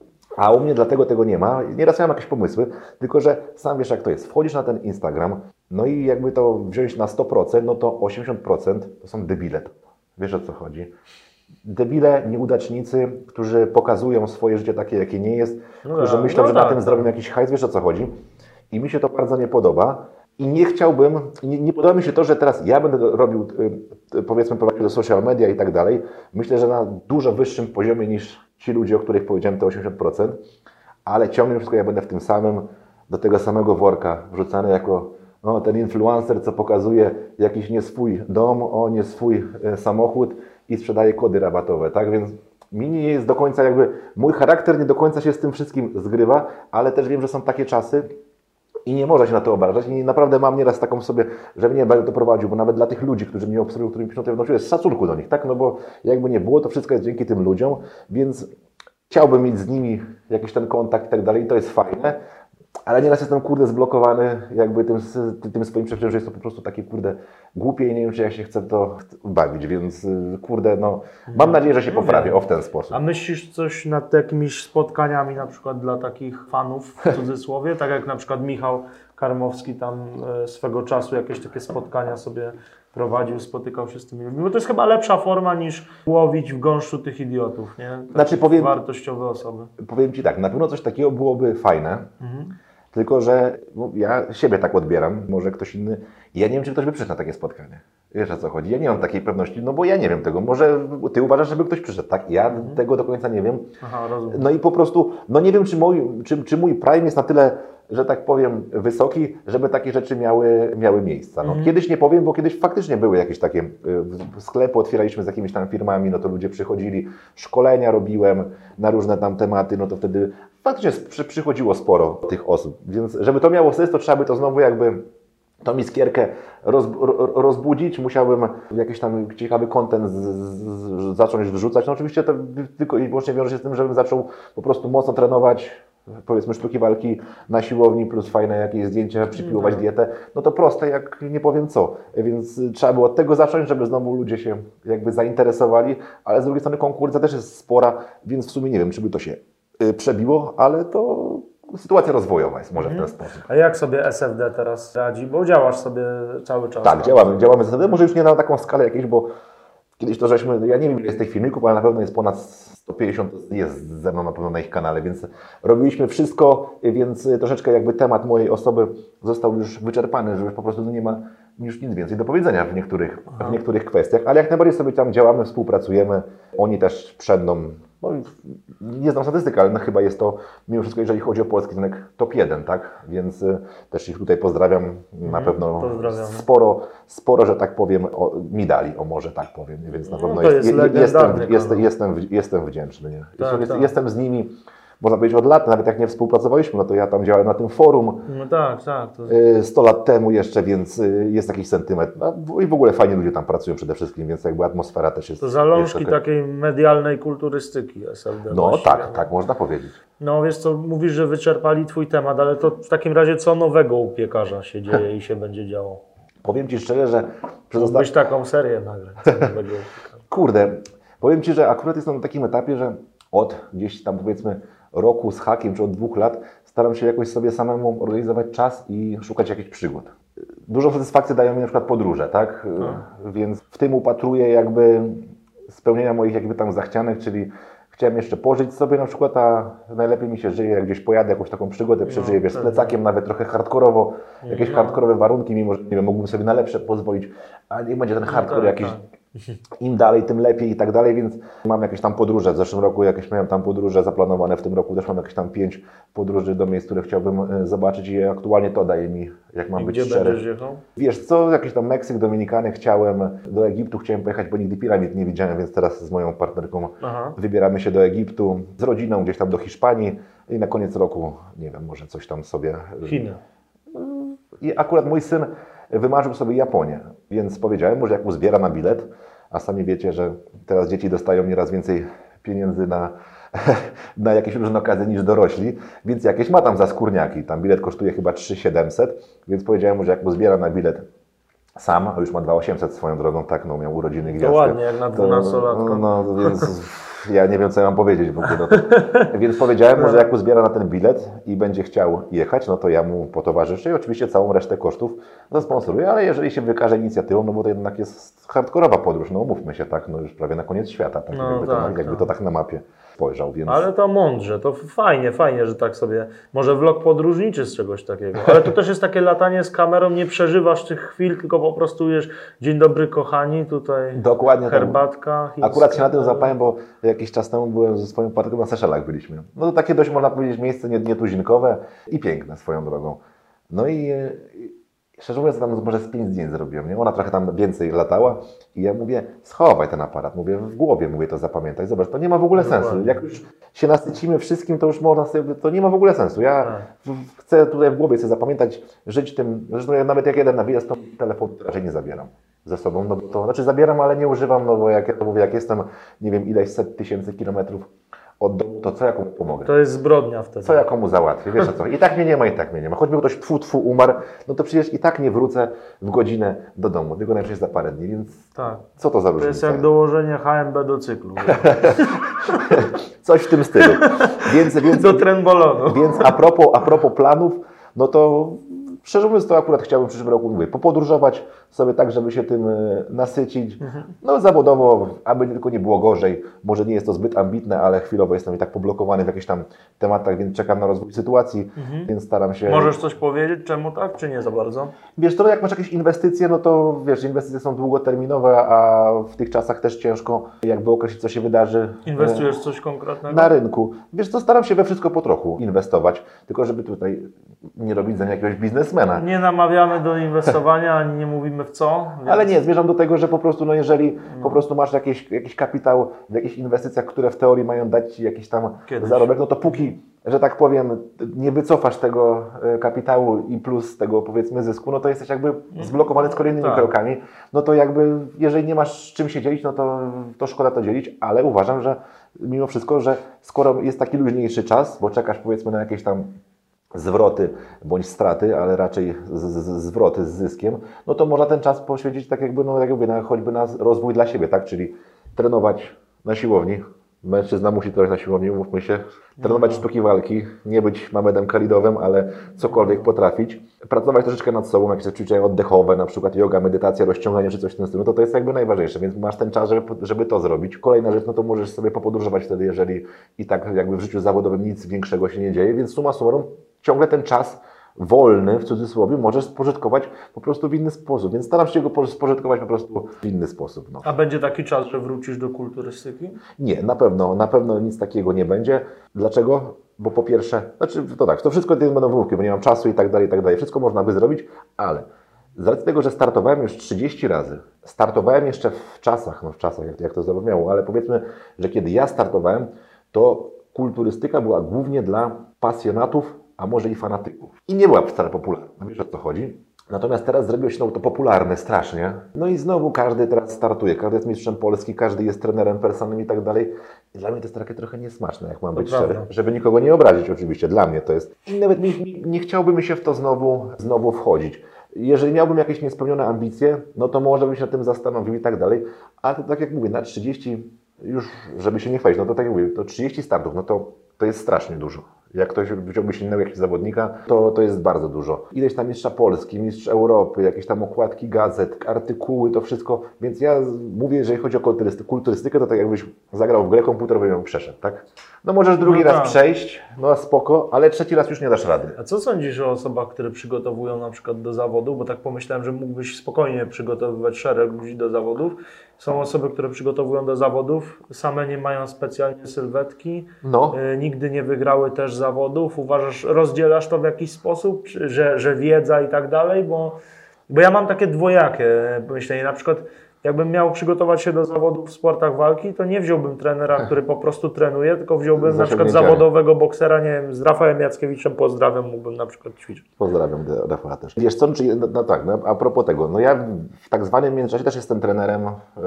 A u mnie dlatego tego nie ma. Nieraz ja mam jakieś pomysły, tylko że sam wiesz jak to jest. Wchodzisz na ten Instagram, no i jakby to wziąć na sto procent, no to osiemdziesiąt procent to są debile. Wiesz o co chodzi. Debile, nieudacznicy, którzy pokazują swoje życie takie, jakie nie jest, no, którzy myślą, no, że tak, na tym tak. zrobią jakiś hajs, wiesz o co chodzi. I mi się to bardzo nie podoba i nie chciałbym, nie, nie podoba mi się to, że teraz ja będę robił, powiedzmy, prowadził do social media i tak dalej. Myślę, że na dużo wyższym poziomie niż ci ludzie, o których powiedziałem, te osiemdziesiąt procent, ale ciągle wszystko ja będę w tym samym, do tego samego worka wrzucany jako no, ten influencer, co pokazuje jakiś nie swój dom, o nie swój samochód i sprzedaje kody rabatowe, tak? Więc mi nie jest do końca jakby, mój charakter nie do końca się z tym wszystkim zgrywa, ale też wiem, że są takie czasy, i nie można się na to obrażać i naprawdę mam nieraz taką sobie, że nie będę to prowadził, bo nawet dla tych ludzi, którzy mnie obserwują, którzy mi piszą, to ja wnosiłem z szacunku do nich, tak? No bo jakby nie było, to wszystko jest dzięki tym ludziom, więc chciałbym mieć z nimi jakiś ten kontakt i tak dalej i to jest fajne, ale nieraz jestem kurde zblokowany jakby tym, tym swoim przeżyciem, że jest to po prostu takie kurde głupie i nie wiem, czy ja się chcę w to bawić, więc kurde, no mam nadzieję, że się poprawię o w ten sposób. A myślisz coś nad jakimiś spotkaniami na przykład dla takich fanów w cudzysłowie, tak jak na przykład Michał Karmowski tam e, swego czasu jakieś takie spotkania sobie prowadził, spotykał się z tymi ludźmi, bo to jest chyba lepsza forma niż łowić w gąszczu tych idiotów, nie? Takie znaczy powiem, wartościowe osoby. Powiem Ci tak, na pewno coś takiego byłoby fajne, mhm. tylko że no, ja siebie tak odbieram, może ktoś inny, ja nie wiem, czy ktoś by przyszedł na takie spotkanie. Wiesz, o co chodzi? Ja nie mam takiej pewności, no bo ja nie wiem tego. Może ty uważasz, żeby ktoś przyszedł, tak? Ja mhm. tego do końca nie wiem. Aha, rozumiem. No i po prostu, no nie wiem, czy mój, czy, czy mój prime jest na tyle, że tak powiem, wysoki, żeby takie rzeczy miały, miały miejsca. No, mhm. Kiedyś nie powiem, bo kiedyś faktycznie były jakieś takie sklepy, otwieraliśmy z jakimiś tam firmami, no to ludzie przychodzili, szkolenia robiłem na różne tam tematy, no to wtedy faktycznie przy, przychodziło sporo tych osób. Więc żeby to miało sens, to trzeba by to znowu jakby tą iskierkę roz, rozbudzić, musiałbym jakiś tam ciekawy content z, z, zacząć wrzucać. No oczywiście to tylko i wyłącznie wiąże się z tym, żebym zaczął po prostu mocno trenować, powiedzmy sztuki walki na siłowni, plus fajne jakieś zdjęcia, przypiłować dietę, no to proste jak nie powiem co. Więc trzeba było od tego zacząć, żeby znowu ludzie się jakby zainteresowali, ale z drugiej strony konkurencja też jest spora, więc w sumie nie wiem, czy by to się przebiło, ale to sytuacja rozwojowa jest może mhm. w ten sposób. A jak sobie S F D teraz radzi? Bo działasz sobie cały czas. Tak, działamy, działamy z S F D, może już nie na taką skalę jakieś, bo kiedyś to żeśmy, ja nie wiem ile jest tych filmików, ale na pewno jest ponad sto pięćdziesiąt, jest ze mną na pewno na ich kanale, więc robiliśmy wszystko, więc troszeczkę jakby temat mojej osoby został już wyczerpany, że już po prostu nie ma już nic więcej do powiedzenia w niektórych, w niektórych kwestiach, ale jak najbardziej sobie tam działamy, współpracujemy, oni też przed mną, no, nie znam statystyk, ale no, chyba jest to, mimo wszystko, jeżeli chodzi o polski rynek, top jeden, tak? Więc y, też ich tutaj pozdrawiam, mm, na pewno sporo, sporo, że tak powiem, o, mi dali, o może tak powiem, więc na pewno no jest, jest, jest, jestem, jestem, jestem, jestem wdzięczny. Nie? Tak, jest, tak. Jestem z nimi, można powiedzieć od lat, nawet jak nie współpracowaliśmy, no to ja tam działałem na tym forum no tak, tak, to... sto lat temu jeszcze, więc jest jakiś sentyment. No i w ogóle fajni ludzie tam pracują przede wszystkim, więc jakby atmosfera też jest... To zalążki jest takiej medialnej kulturystyki S F D. No właściwie. tak, tak można powiedzieć. No wiesz co, mówisz, że wyczerpali Twój temat, ale to w takim razie co nowego u piekarza się dzieje i się będzie działo? Powiem Ci szczerze, że... Przez ostat... Byś taką serię nagrać. Kurde, powiem Ci, że akurat jestem na takim etapie, że od gdzieś tam powiedzmy roku z hakiem, czy od dwóch lat staram się jakoś sobie samemu organizować czas i szukać jakichś przygód. Dużą satysfakcję dają mi na przykład podróże, tak? No. Więc w tym upatruję jakby spełnienia moich jakby tam zachcianek, czyli chciałem jeszcze pożyć sobie na przykład, a najlepiej mi się żyje, jak gdzieś pojadę, jakąś taką przygodę przeżyję, no, wiesz, z plecakiem, nawet trochę hardkorowo, jakieś no. hardkorowe warunki, mimo że nie wiem, mógłbym sobie na lepsze pozwolić, a niech będzie ten hardcore no, tak, jakiś, tak. Im dalej, tym lepiej i tak dalej, więc mam jakieś tam podróże. W zeszłym roku jakieś miałem tam podróże zaplanowane, w tym roku też mam jakieś tam pięć podróży do miejsc, które chciałbym zobaczyć i aktualnie to daje mi, jak mam I być gdzie szczery. Będziesz jechał? Wiesz co, jakiś tam Meksyk, Dominikany chciałem, do Egiptu chciałem pojechać, bo nigdy piramid nie widziałem, więc teraz z moją partnerką Aha. wybieramy się do Egiptu, z rodziną gdzieś tam do Hiszpanii i na koniec roku, nie wiem, może coś tam sobie... Chiny. I akurat mój syn wymarzył sobie Japonię, więc powiedziałem mu, że jak uzbiera na bilet, a sami wiecie, że teraz dzieci dostają nieraz więcej pieniędzy na, na jakieś różne okazje niż dorośli, więc jakieś ma tam za skórniaki. Tam bilet kosztuje chyba trzy tysiące siedemset, więc powiedziałem mu, że jak uzbiera na bilet sam, a już ma dwa tysiące osiemset swoją drogą, tak, no miał urodziny gwiazdkę. To ładnie, jak na dwunastolatkę. No, no, więc ja nie wiem, co ja mam powiedzieć w ogóle. No to, więc powiedziałem mu, że jak uzbiera na ten bilet i będzie chciał jechać, no to ja mu potowarzyszę i oczywiście całą resztę kosztów zasponsoruję, ale jeżeli się wykaże inicjatywą, no bo to jednak jest hardkorowa podróż, no umówmy się, tak, no już prawie na koniec świata, tak, no, jakby, tak, to, jakby tak. to tak na mapie spojrzał, więc... Ale to mądrze, to fajnie, fajnie, że tak sobie, może vlog podróżniczy z czegoś takiego, ale to też jest takie latanie z kamerą, nie przeżywasz tych chwil, tylko po prostu jesz, dzień dobry kochani, tutaj Dokładnie herbatka. Chińska. Akurat się na tym złapałem, bo jakiś czas temu byłem ze swoją partnerką na Seszelach byliśmy. No to takie dość, można powiedzieć, miejsce nietuzinkowe i piękne swoją drogą. No i szczerze mówiąc, tam może z pięć zdjęć zrobiłem, nie? Ona trochę tam więcej latała i ja mówię, schowaj ten aparat, mówię, w głowie mówię to zapamiętaj, zobacz, to nie ma w ogóle sensu. Dokładnie. Jak już się nasycimy wszystkim, to już można sobie, to nie ma w ogóle sensu. Ja tak. chcę tutaj w głowie sobie zapamiętać, żyć tym, zresztą ja nawet jak jeden na wyjazd, to telefon raczej nie zabieram ze sobą, no to znaczy zabieram, ale nie używam, no bo jak ja to mówię, jak jestem, nie wiem, ileś set tysięcy kilometrów od domu, to co ja komu pomogę? To jest zbrodnia wtedy. Co ja komu załatwię? Wiesz o co? I tak mnie nie ma, i tak mnie nie ma. Choćby ktoś tfu, tfu umarł, no to przecież i tak nie wrócę w godzinę do domu, tylko najpierw za parę dni, więc tak. co to za różnica? To jest jak dołożenie H M B do cyklu. Coś w tym stylu. Więc, więc, do trenbolonu. Więc a propos, a propos planów, no to szczerze mówiąc, to akurat chciałbym w przyszłym roku, mówię, popodróżować, sobie tak, żeby się tym nasycić. Mhm. No zawodowo, aby tylko nie było gorzej. Może nie jest to zbyt ambitne, ale chwilowo jestem i tak poblokowany w jakichś tam tematach, więc czekam na rozwój sytuacji, mhm. więc staram się... Możesz coś powiedzieć, czemu tak, czy nie za bardzo? Wiesz, to jak masz jakieś inwestycje, no to wiesz, inwestycje są długoterminowe, a w tych czasach też ciężko jakby określić, co się wydarzy. Inwestujesz coś konkretnego? Na rynku. Wiesz co, staram się we wszystko po trochu inwestować, tylko żeby tutaj nie robić za jakiegoś biznesmena. Nie namawiamy do inwestowania, ani nie mówimy w co. Więc... Ale nie, zmierzam do tego, że po prostu, no jeżeli no. po prostu masz jakiś, jakiś kapitał w jakichś inwestycjach, które w teorii mają dać Ci jakiś tam Kiedyś. zarobek, no to póki, że tak powiem, nie wycofasz tego kapitału i plus tego, powiedzmy, zysku, no to jesteś jakby zblokowany z kolejnymi tak. krokami. No to jakby, jeżeli nie masz z czym się dzielić, no to, to szkoda to dzielić, ale uważam, że mimo wszystko, że skoro jest taki luźniejszy czas, bo czekasz, powiedzmy, na jakieś tam zwroty bądź straty, ale raczej z, z, zwroty z zyskiem, no to można ten czas poświęcić tak jakby, no jak mówię, na, choćby na rozwój dla siebie, tak? Czyli trenować na siłowni. Mężczyzna musi trenować na siłowni, umówmy się. Trenować no. sztuki walki, nie być Mamedem Khalidowem, ale cokolwiek potrafić. Pracować troszeczkę nad sobą, jakieś ćwiczenia oddechowe, na przykład yoga, medytacja, rozciąganie czy coś w tym stylu, no to to jest jakby najważniejsze, więc masz ten czas, żeby, żeby to zrobić. Kolejna rzecz, no to możesz sobie popodróżować wtedy, jeżeli i tak jakby w życiu zawodowym nic większego się nie dzieje, więc summa summarum ciągle ten czas wolny, w cudzysłowie, możesz spożytkować po prostu w inny sposób, więc staram się go spożytkować po prostu w inny sposób. No. A będzie taki czas, że wrócisz do kulturystyki? Nie, na pewno, na pewno nic takiego nie będzie. Dlaczego? Bo po pierwsze, znaczy to tak, to wszystko to będą wymówki, bo nie mam czasu i tak dalej, i tak dalej. Wszystko można by zrobić, ale z racji tego, że startowałem już trzydzieści razy, startowałem jeszcze w czasach, no w czasach, jak, jak to zabrzmiało, ale powiedzmy, że kiedy ja startowałem, to kulturystyka była głównie dla pasjonatów, a może i fanatyków. I nie była wcale popularna, wiesz o co chodzi? Natomiast teraz zrobiło się to popularne strasznie. No i znowu każdy teraz startuje, każdy jest mistrzem Polski, każdy jest trenerem personalnym i tak dalej. I dla mnie to jest takie trochę niesmaczne, jak mam to być szczery. Żeby nikogo nie obrazić oczywiście, dla mnie to jest. I nawet nie, nie, nie chciałbym się w to znowu, znowu wchodzić. Jeżeli miałbym jakieś niespełnione ambicje, no to może bym się nad tym zastanowił i tak dalej. Ale to tak jak mówię, na trzydzieści, już żeby się nie chwalić, no to tak jak mówię, to trzydzieści startów, no to, to jest strasznie dużo. Jak ktoś wziąłby się innego jakiegoś zawodnika, to, to jest bardzo dużo. Ileś tam mistrza Polski, mistrz Europy, jakieś tam okładki gazet, artykuły, to wszystko. Więc ja mówię, jeżeli chodzi o kulturystykę, kulturystykę to tak jakbyś zagrał w grę komputerową i ją przeszedł, tak? No możesz drugi no raz tak. przejść, no spoko, ale trzeci raz już nie dasz rady. A co sądzisz o osobach, które przygotowują na przykład do zawodu? Bo tak pomyślałem, że mógłbyś spokojnie przygotowywać szereg ludzi do zawodów. Są osoby, które przygotowują do zawodów, same nie mają specjalnie sylwetki, no. y, nigdy nie wygrały też zawodów. Uważasz, rozdzielasz to w jakiś sposób, czy, że, że wiedza i tak dalej? Bo, bo ja mam takie dwojakie myślenie. Na przykład jakbym miał przygotować się do zawodów w sportach walki, to nie wziąłbym trenera, który po prostu trenuje, tylko wziąłbym na przykład zawodowego boksera, nie wiem, z Rafałem Jackiewiczem, pozdrawiam, mógłbym na przykład ćwiczyć. Pozdrawiam Rafała też. Wiesz co, czyli, no, no tak, no, a propos tego, no ja w tak zwanym międzyczasie też jestem trenerem,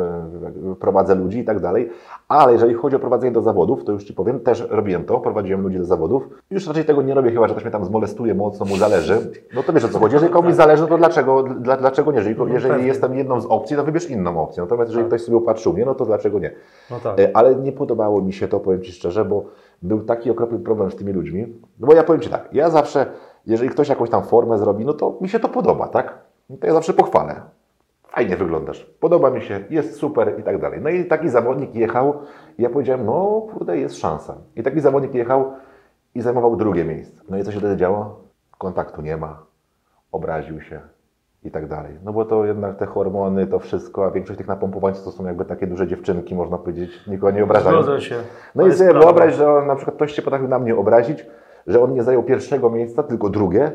yy, prowadzę ludzi i tak dalej, ale jeżeli chodzi o prowadzenie do zawodów, to już Ci powiem, też robiłem to, prowadziłem ludzi do zawodów. Już raczej tego nie robię, chyba że ktoś mnie tam zmolestuje mocno, mu zależy. No to wiesz o co chodzi, jeżeli komuś zależy, no to dlaczego, dla, dlaczego nie? Jeżeli, jeżeli jestem jedną z opcji, to wybierz inną opcję. Natomiast jeżeli tak. ktoś sobie upatrzył mnie, no to dlaczego nie? No tak. Ale nie podobało mi się to, powiem Ci szczerze, bo był taki okropny problem z tymi ludźmi. No bo ja powiem Ci tak, ja zawsze, jeżeli ktoś jakąś tam formę zrobi, no to mi się to podoba, tak? No to ja zawsze pochwalę. Fajnie wyglądasz, podoba mi się, jest super i tak dalej. No i taki zawodnik jechał i ja powiedziałem, no kurde, jest szansa. I taki zawodnik jechał i zajmował drugie miejsce. No i co się wtedy działo? Kontaktu nie ma, obraził się i tak dalej. No bo to jednak te hormony, to wszystko, a większość tych napompowań to są jakby takie duże dziewczynki, można powiedzieć, nikogo nie obrażają. Zgodzę się. No i sobie wyobraź, że on, na przykład ktoś się potrafił na mnie obrazić, że on nie zajął pierwszego miejsca, tylko drugie,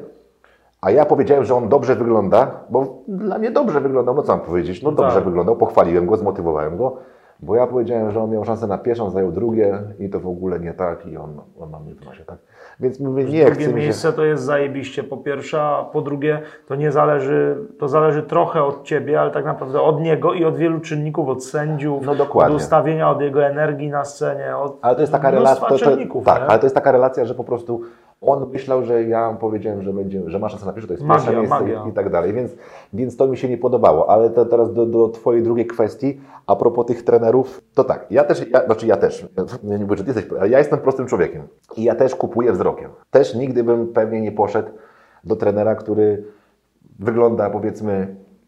a ja powiedziałem, że on dobrze wygląda, bo dla mnie dobrze wyglądał, no co mam powiedzieć, no dobrze tak. wyglądał, pochwaliłem go, zmotywowałem go, bo ja powiedziałem, że on miał szansę na pierwszą, zajął drugie i to w ogóle nie tak i on, on ma mnie w nosie, tak. Więc mówię, nie drugie chcę miejsce się... to jest zajebiście po pierwsze, a po drugie to nie zależy, to zależy trochę od Ciebie, ale tak naprawdę od niego i od wielu czynników, od sędziów, no od ustawienia, od jego energii na scenie, od ale to jest taka relacja, to, to, tak, ale to jest taka relacja, że po prostu on myślał, że ja powiedziałem, że, będzie, że ma szansę na pierwsze, to jest magia, pierwsze miejsce magia. I, i tak dalej, więc, więc to mi się nie podobało. Ale to teraz do, do Twojej drugiej kwestii, a propos tych trenerów, to tak, ja też, ja, znaczy ja też, nie mówię, że Ty jesteś, ale ja jestem prostym człowiekiem i ja też kupuję wzrokiem. Też nigdy bym pewnie nie poszedł do trenera, który wygląda, powiedzmy,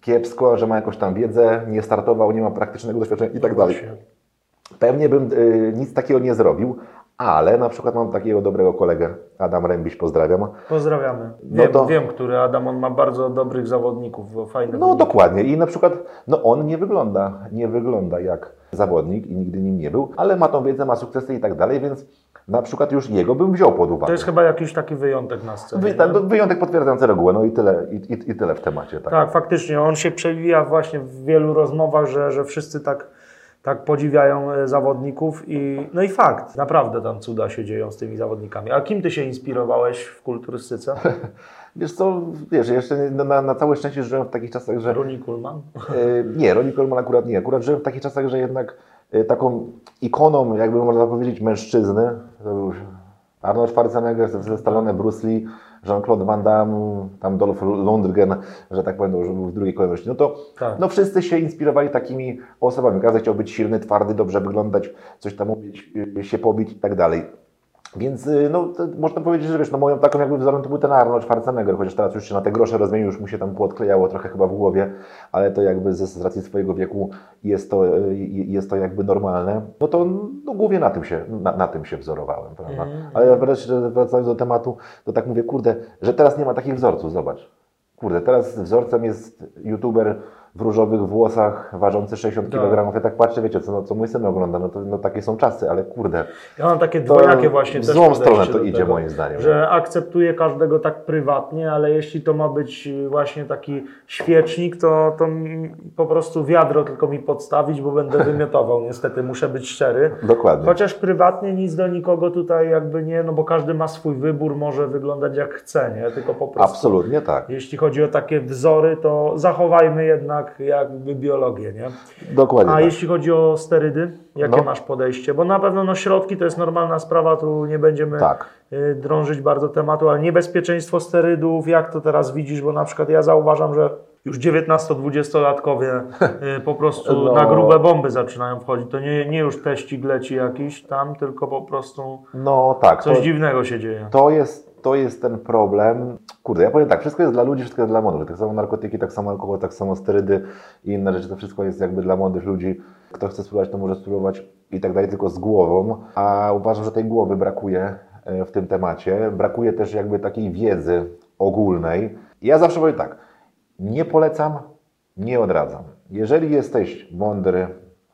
kiepsko, że ma jakąś tam wiedzę, nie startował, nie ma praktycznego doświadczenia i tak dalej. Pewnie bym y, nic takiego nie zrobił, ale na przykład mam takiego dobrego kolegę, Adam Rębiś, pozdrawiam. Pozdrawiamy. No wiem, to... wiem, który Adam, on ma bardzo dobrych zawodników, fajnych. No wyniki. Dokładnie i na przykład no on nie wygląda, nie wygląda jak zawodnik i nigdy nim nie był, ale ma tą wiedzę, ma sukcesy i tak dalej, więc na przykład już jego bym wziął pod uwagę. To jest chyba jakiś taki wyjątek na scenie. Wy, ten, wyjątek potwierdzający regułę, no i tyle, i, i, i tyle w temacie. Tak. tak, faktycznie, on się przewija właśnie w wielu rozmowach, że, że wszyscy tak, tak podziwiają zawodników i no i fakt, naprawdę tam cuda się dzieją z tymi zawodnikami. A kim Ty się inspirowałeś w kulturystyce? Wiesz co, wiesz, jeszcze na, na całe szczęście żyłem w takich czasach, że... Ronnie Coleman? Yy, nie, Ronnie Coleman akurat nie. Akurat żyłem w takich czasach, że jednak yy, taką ikoną, jakby można powiedzieć, mężczyzny, to był Arnold Schwarzenegger, ze Stallone, Bruce Lee, Jean-Claude Van Damme, tam Dolph Lundgren, że tak powiem, że był w drugiej kolejności. No to tak. No wszyscy się inspirowali takimi osobami. Każdy chciał być silny, twardy, dobrze wyglądać, coś tam umieć, yy, się pobić i tak dalej. Więc no, można powiedzieć, że wiesz, no moją taką jakby wzorem to był ten Arnold Schwarzenegger, chociaż teraz już się na te grosze rozmienił, już mu się tam poodklejało trochę chyba w głowie, ale to jakby z, z racji swojego wieku jest to, jest to jakby normalne. No to no, głównie na tym się, na, na tym się wzorowałem, prawda? Mm. Ale wreszcie wracając do tematu, to tak mówię, kurde, że teraz nie ma takich wzorców, zobacz. Kurde, teraz wzorcem jest youtuber w różowych włosach, ważący sześćdziesiąt kilogramów. Ja tak patrzę, wiecie, co, no, co mój syn ogląda, no to no, takie są czasy, ale kurde. Ja mam takie dwojakie właśnie w też złą stronę to idzie tego, moim zdaniem. Że akceptuję każdego tak prywatnie, ale jeśli to ma być właśnie taki świecznik, to, to po prostu wiadro tylko mi podstawić, bo będę wymiotował. Niestety muszę być szczery. Dokładnie. Chociaż prywatnie nic do nikogo tutaj jakby nie, no bo każdy ma swój wybór, może wyglądać jak chce, nie? Tylko po prostu. Absolutnie tak. Jeśli chodzi o takie wzory, to zachowajmy jednak jakby biologię, nie? Dokładnie. A tak. jeśli chodzi o sterydy, jakie no. masz podejście? Bo na pewno no, środki to jest normalna sprawa, tu nie będziemy tak. y, drążyć bardzo tematu, ale niebezpieczeństwo sterydów, jak to teraz widzisz? Bo na przykład ja zauważam, że już dziewiętnasto-dwudziestolatkowie y, po prostu no. na grube bomby zaczynają wchodzić. To nie, nie już teścik leci jakiś tam, tylko po prostu no, tak, coś to, dziwnego się dzieje. To jest, to jest ten problem. Kurde, ja powiem tak, wszystko jest dla ludzi, wszystko jest dla młodych. Tak samo narkotyki, tak samo alkohol, tak samo sterydy i inne rzeczy. To wszystko jest jakby dla młodych ludzi. Kto chce spróbować, to może spróbować i tak dalej, tylko z głową. A uważam, że tej głowy brakuje w tym temacie. Brakuje też jakby takiej wiedzy ogólnej. Ja zawsze powiem tak, nie polecam, nie odradzam. Jeżeli jesteś mądry,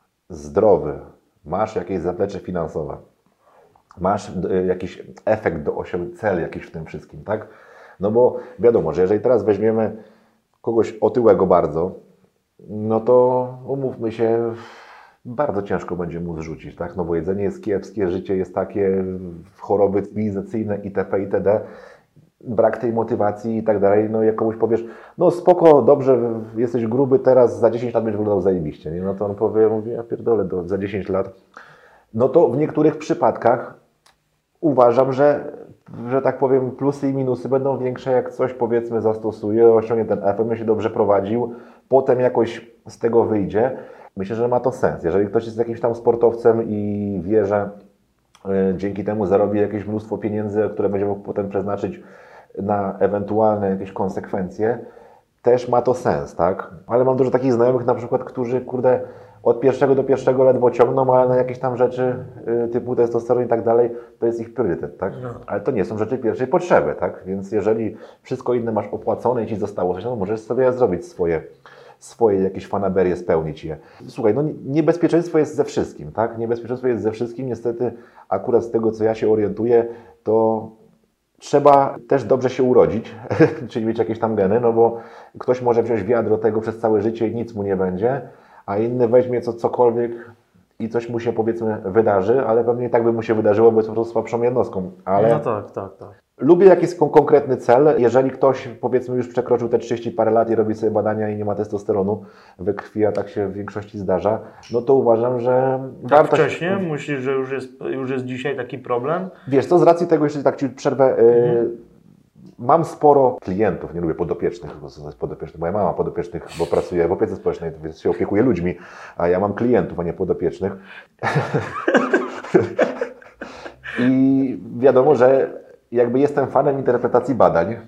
zdrowy, masz jakieś zaplecze finansowe, masz jakiś efekt do osiągnięcia, cel jakiś w tym wszystkim, tak? No bo wiadomo, że jeżeli teraz weźmiemy kogoś otyłego bardzo, no to umówmy się, bardzo ciężko będzie mu zrzucić, tak? No bo jedzenie jest kiepskie, życie jest takie, choroby cywilizacyjne itp. itd. Brak tej motywacji i tak dalej, no jak komuś powiesz, no spoko, dobrze, jesteś gruby, teraz za dziesięć lat będziesz wyglądał zajebiście, nie? No to on powie, mówi, ja pierdolę, do, za dziesięć lat. No to w niektórych przypadkach uważam, że, że tak powiem, plusy i minusy będą większe, jak coś powiedzmy zastosuje, osiągnie ten efekt, będzie się dobrze prowadził, potem jakoś z tego wyjdzie. Myślę, że ma to sens. Jeżeli ktoś jest jakimś tam sportowcem i wie, że y, dzięki temu zarobi jakieś mnóstwo pieniędzy, które będzie mógł potem przeznaczyć na ewentualne jakieś konsekwencje, też ma to sens, tak? Ale mam dużo takich znajomych na przykład, którzy, kurde, od pierwszego do pierwszego ledwo ciągną, ale na jakieś tam rzeczy y, typu testosteron i tak dalej, to jest ich priorytet, tak? No. Ale to nie są rzeczy pierwszej potrzeby, tak? Więc jeżeli wszystko inne masz opłacone i ci zostało coś, no możesz sobie zrobić swoje, swoje jakieś fanaberie, spełnić je. Słuchaj, no niebezpieczeństwo jest ze wszystkim, tak? Niebezpieczeństwo jest ze wszystkim, niestety akurat z tego, co ja się orientuję, to trzeba też dobrze się urodzić, czyli mieć jakieś tam geny, no bo ktoś może wziąć wiadro tego przez całe życie i nic mu nie będzie, a inny weźmie co, cokolwiek i coś mu się powiedzmy wydarzy, ale pewnie tak by mu się wydarzyło, bo jest po prostu słabszą jednostką. Ale no tak, tak, tak. Lubię jakiś kon- konkretny cel. Jeżeli ktoś powiedzmy już przekroczył te trzydzieści parę lat i robi sobie badania i nie ma testosteronu we krwi, a tak się w większości zdarza, no to uważam, że tak warto wcześnie? się... Myślisz, że już jest, już jest dzisiaj taki problem? Wiesz co, z racji tego, jeszcze tak Ci przerwę, mhm. y- mam sporo klientów, nie lubię podopiecznych, bo to jest podopieczny. Moja mama podopiecznych, bo pracuje w opiece społecznej, więc się opiekuje ludźmi, a ja mam klientów, a nie podopiecznych. I wiadomo, że jakby jestem fanem interpretacji badań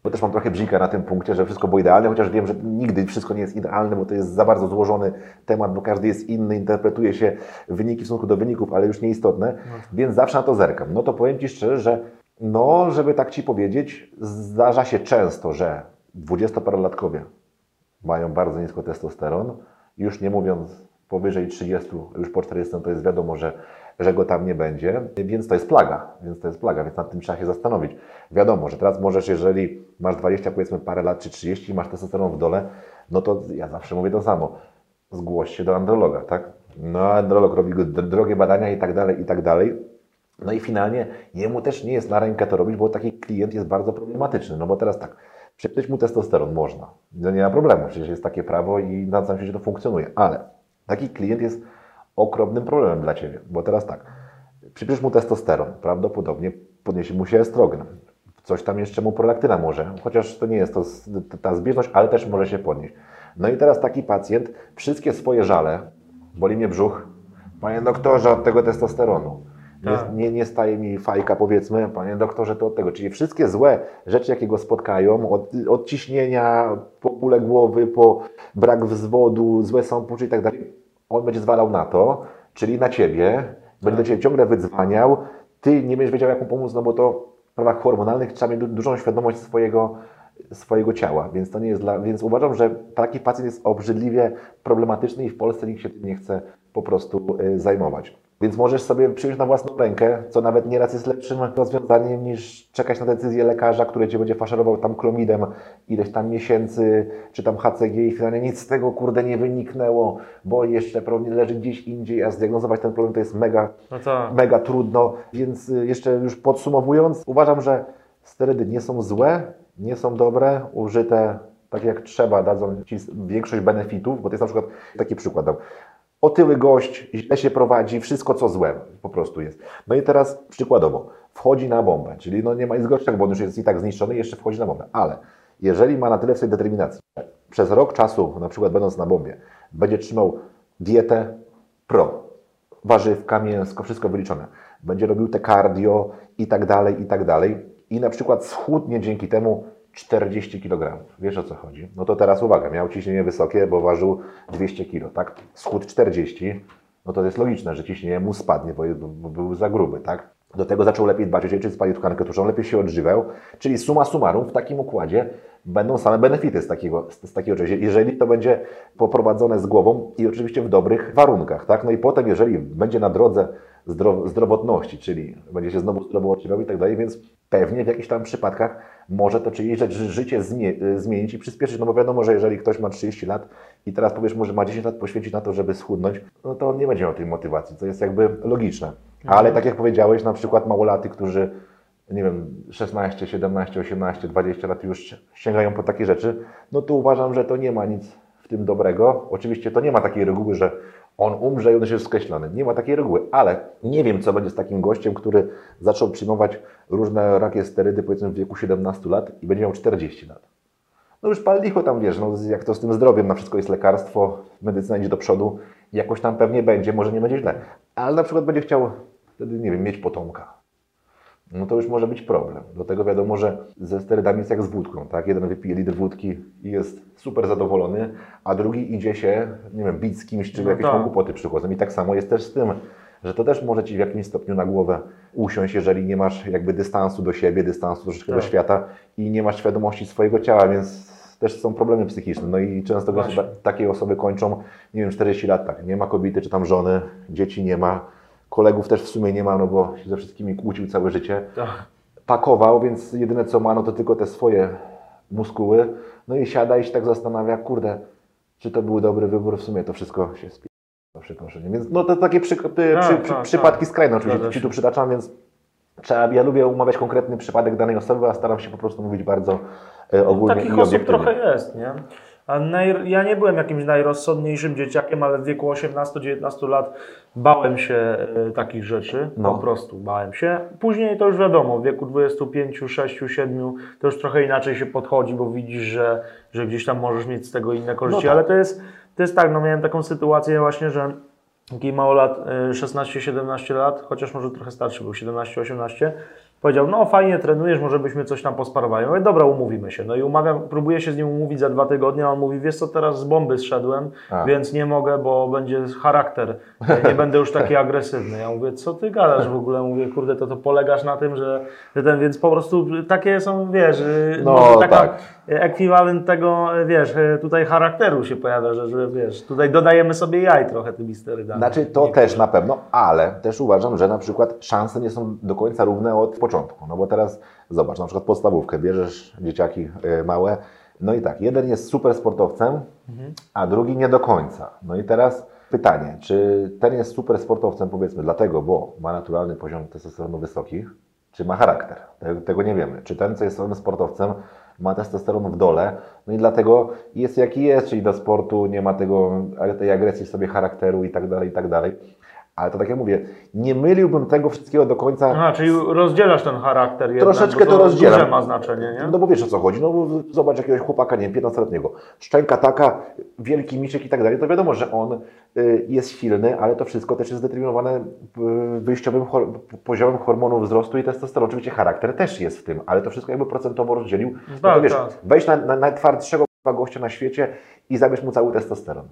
Bo też mam trochę bzika na tym punkcie, że wszystko było idealne, chociaż wiem, że nigdy wszystko nie jest idealne, bo to jest za bardzo złożony temat, bo każdy jest inny, interpretuje się wyniki w stosunku do wyników, ale już nieistotne, no. Więc zawsze na to zerkam. No to powiem Ci szczerze, że no, żeby tak Ci powiedzieć, zdarza się często, że dwudziestoparolatkowie mają bardzo nisko testosteron, już nie mówiąc powyżej trzydziestu, już po czterdziestu to jest wiadomo, że, że go tam nie będzie, więc to jest plaga, więc to jest plaga, więc nad tym trzeba się zastanowić. Wiadomo, że teraz możesz, jeżeli masz dwadzieścia, powiedzmy parę lat, czy trzydzieści i masz testosteron w dole, no to ja zawsze mówię to samo, zgłoś się do androloga, tak? No, androlog robi drogie badania i tak dalej, i tak dalej. No i finalnie jemu też nie jest na rękę to robić, bo taki klient jest bardzo problematyczny, no bo teraz tak, przepytać mu testosteron można, no nie ma problemu, przecież jest takie prawo i na całym świecie to funkcjonuje, ale taki klient jest okropnym problemem dla Ciebie, bo teraz tak, przypisz mu testosteron, prawdopodobnie podniesie mu się estrogen, coś tam jeszcze mu prolaktyna może, chociaż to nie jest to ta zbieżność, ale też może się podnieść. No i teraz taki pacjent wszystkie swoje żale, boli mnie brzuch, panie doktorze, od tego testosteronu, nie, nie, nie staje mi fajka, powiedzmy, panie doktorze, to od tego, czyli wszystkie złe rzeczy, jakie go spotkają, od, od ciśnienia, po bóle głowy, po brak wzwodu, złe samopoczucie i tak dalej, on będzie zwalał na to, czyli na Ciebie, będzie do Ciebie ciągle wydzwaniał, Ty nie będziesz wiedział, jak mu pomóc, no bo to w sprawach hormonalnych trzeba mieć du dużą świadomość swojego, swojego ciała, więc to nie jest dla, więc uważam, że taki pacjent jest obrzydliwie problematyczny i w Polsce nikt się tym nie chce po prostu y, zajmować. Więc możesz sobie przyjąć na własną rękę, co nawet nieraz jest lepszym rozwiązaniem niż czekać na decyzję lekarza, który Cię będzie faszerował tam klomidem ileś tam miesięcy, czy tam H C G i finalnie nic z tego kurde nie wyniknęło, bo jeszcze problem leży gdzieś indziej, a zdiagnozować ten problem to jest mega, no tak. mega trudno. Więc jeszcze już podsumowując, uważam, że sterydy nie są złe, nie są dobre, użyte tak jak trzeba, dadzą Ci większość benefitów, bo to jest na przykład taki przykład. Otyły gość, źle się prowadzi, wszystko co złe po prostu jest. No i teraz przykładowo, wchodzi na bombę, czyli no nie ma nic gorszego, bo on już jest i tak zniszczony i jeszcze wchodzi na bombę. Ale jeżeli ma na tyle w swojej determinacji, przez rok czasu, na przykład będąc na bombie, będzie trzymał dietę pro, warzywka, mięsko, wszystko wyliczone, będzie robił te cardio i tak dalej, i tak dalej i na przykład schudnie dzięki temu czterdzieści kilogramów. Wiesz o co chodzi? No to teraz uwaga, miał ciśnienie wysokie, bo ważył dwieście kilo, tak? Schód czterdzieści, no to jest logiczne, że ciśnienie mu spadnie, bo, bo był za gruby, tak? Do tego zaczął lepiej dbać o siebie, czyli spalił tkankę tłuszczową, lepiej się odżywiał, czyli summa summarum w takim układzie będą same benefity z takiego, z, z takiego czegoś, jeżeli to będzie poprowadzone z głową i oczywiście w dobrych warunkach, tak? No i potem, jeżeli będzie na drodze zdrow, zdrowotności, czyli będzie się znowu zdrowo odżywiał i tak dalej, więc pewnie w jakichś tam przypadkach może to czyjeś życie zmienić i przyspieszyć, no bo wiadomo, że jeżeli ktoś ma trzydzieści lat i teraz powiesz mu, że ma dziesięć lat poświęcić na to, żeby schudnąć, no to on nie będzie miał tej motywacji, co jest jakby logiczne. Ale tak jak powiedziałeś, na przykład małolaty, którzy nie wiem, szesnaście, siedemnaście, osiemnaście, dwadzieścia lat już sięgają po takie rzeczy, no to uważam, że to nie ma nic w tym dobrego. Oczywiście to nie ma takiej reguły, że on umrze i on jest skreślony. Nie ma takiej reguły, ale nie wiem, co będzie z takim gościem, który zaczął przyjmować różne rakie sterydy, powiedzmy w wieku siedemnastu lat i będzie miał czterdzieści lat. No już pal licho tam, wiesz, no jak to z tym zdrowiem, na wszystko jest lekarstwo, medycyna idzie do przodu, jakoś tam pewnie będzie, może nie będzie źle, ale na przykład będzie chciał wtedy, nie wiem, mieć potomka. No to już może być problem. Do tego wiadomo, że ze sterydami jest jak z wódką, tak? Jeden wypije litr wódki i jest super zadowolony, a drugi idzie się, nie wiem, bić z kimś, czy no jakieś tak. głupoty przychodzą. I tak samo jest też z tym, że to też może Ci w jakimś stopniu na głowę usiąść, jeżeli nie masz jakby dystansu do siebie, dystansu troszeczkę tak. do świata i nie masz świadomości swojego ciała, więc też są problemy psychiczne. No i często Właśnie. takie osoby kończą, nie wiem, czterdzieści lat, tak, nie ma kobiety czy tam żony, dzieci nie ma, kolegów też w sumie nie ma, no bo się ze wszystkimi kłócił całe życie. Tak. Pakował, więc jedyne co ma, no to tylko te swoje muskuły. No i siada i się tak zastanawia, kurde, czy to był dobry wybór, w sumie to wszystko się spie... przeproszenie. Więc no to takie przy, przy, przy, przy, przypadki skrajne oczywiście Ci tu przytaczam, więc trzeba, ja lubię umawiać konkretny przypadek danej osoby, a staram się po prostu mówić bardzo e, ogólnie Takich i osób trochę jest, nie? A naj, ja nie byłem jakimś najrozsądniejszym dzieciakiem, ale w wieku osiemnastu dziewiętnastu lat bałem się y, takich rzeczy, no. po prostu bałem się. Później to już wiadomo, w wieku dwudziestu pięciu, sześciu, siedmiu to już trochę inaczej się podchodzi, bo widzisz, że, że gdzieś tam możesz mieć z tego inne korzyści, no tak. ale to jest, to jest tak, no miałem taką sytuację właśnie, że taki mało lat, szesnaście siedemnaście lat, chociaż może trochę starszy był, siedemnaście osiemnaście, powiedział, no fajnie trenujesz, może byśmy coś tam posparowali. Ja mówię, dobra, umówimy się. No i umawiam, próbuję się z nim umówić za dwa tygodnie, a on mówi, wiesz co, teraz z bomby zszedłem, a. więc nie mogę, bo będzie charakter, nie będę już taki agresywny. Ja mówię, co ty gadasz w ogóle? Mówię, kurde, to to polegasz na tym, że, że ten, więc po prostu takie są, wiesz, no, taka tak. ekwiwalent tego, wiesz, tutaj charakteru się pojawia, że, że wiesz, tutaj dodajemy sobie jaj trochę tymi sterydami. Znaczy to Niektórzy. też na pewno, ale też uważam, że na przykład szanse nie są do końca równe od początku, no bo teraz zobacz, na przykład podstawówkę, bierzesz dzieciaki małe, no i tak, jeden jest super sportowcem, mhm. a drugi nie do końca. No i teraz pytanie, czy ten jest super sportowcem, powiedzmy, dlatego, bo ma naturalny poziom testosteronu wysoki, czy ma charakter? Tego, tego nie wiemy. Czy ten, co jest sportowcem, ma testosteron w dole, no i dlatego jest jaki jest, czyli do sportu nie ma tego, tej agresji w sobie, charakteru i tak dalej, i tak dalej. Ale to tak jak mówię, nie myliłbym tego wszystkiego do końca. Aha, czyli rozdzielasz ten charakter jednak, troszeczkę to, to rozdzielam. Duże ma znaczenie, nie? No bo wiesz o co chodzi, no bo zobacz jakiegoś chłopaka, nie wiem, piętnastoletniego, szczęka taka, wielki miszek i tak dalej, to wiadomo, że on y, jest silny, ale to wszystko też jest zdeterminowane y, wyjściowym hor poziomem hormonów wzrostu i testosteronu. Oczywiście charakter też jest w tym, ale to wszystko jakby procentowo rozdzielił. No tak, to wiesz, tak. wejdź na, na najtwardszego gościa na świecie i zabierz mu cały testosteron.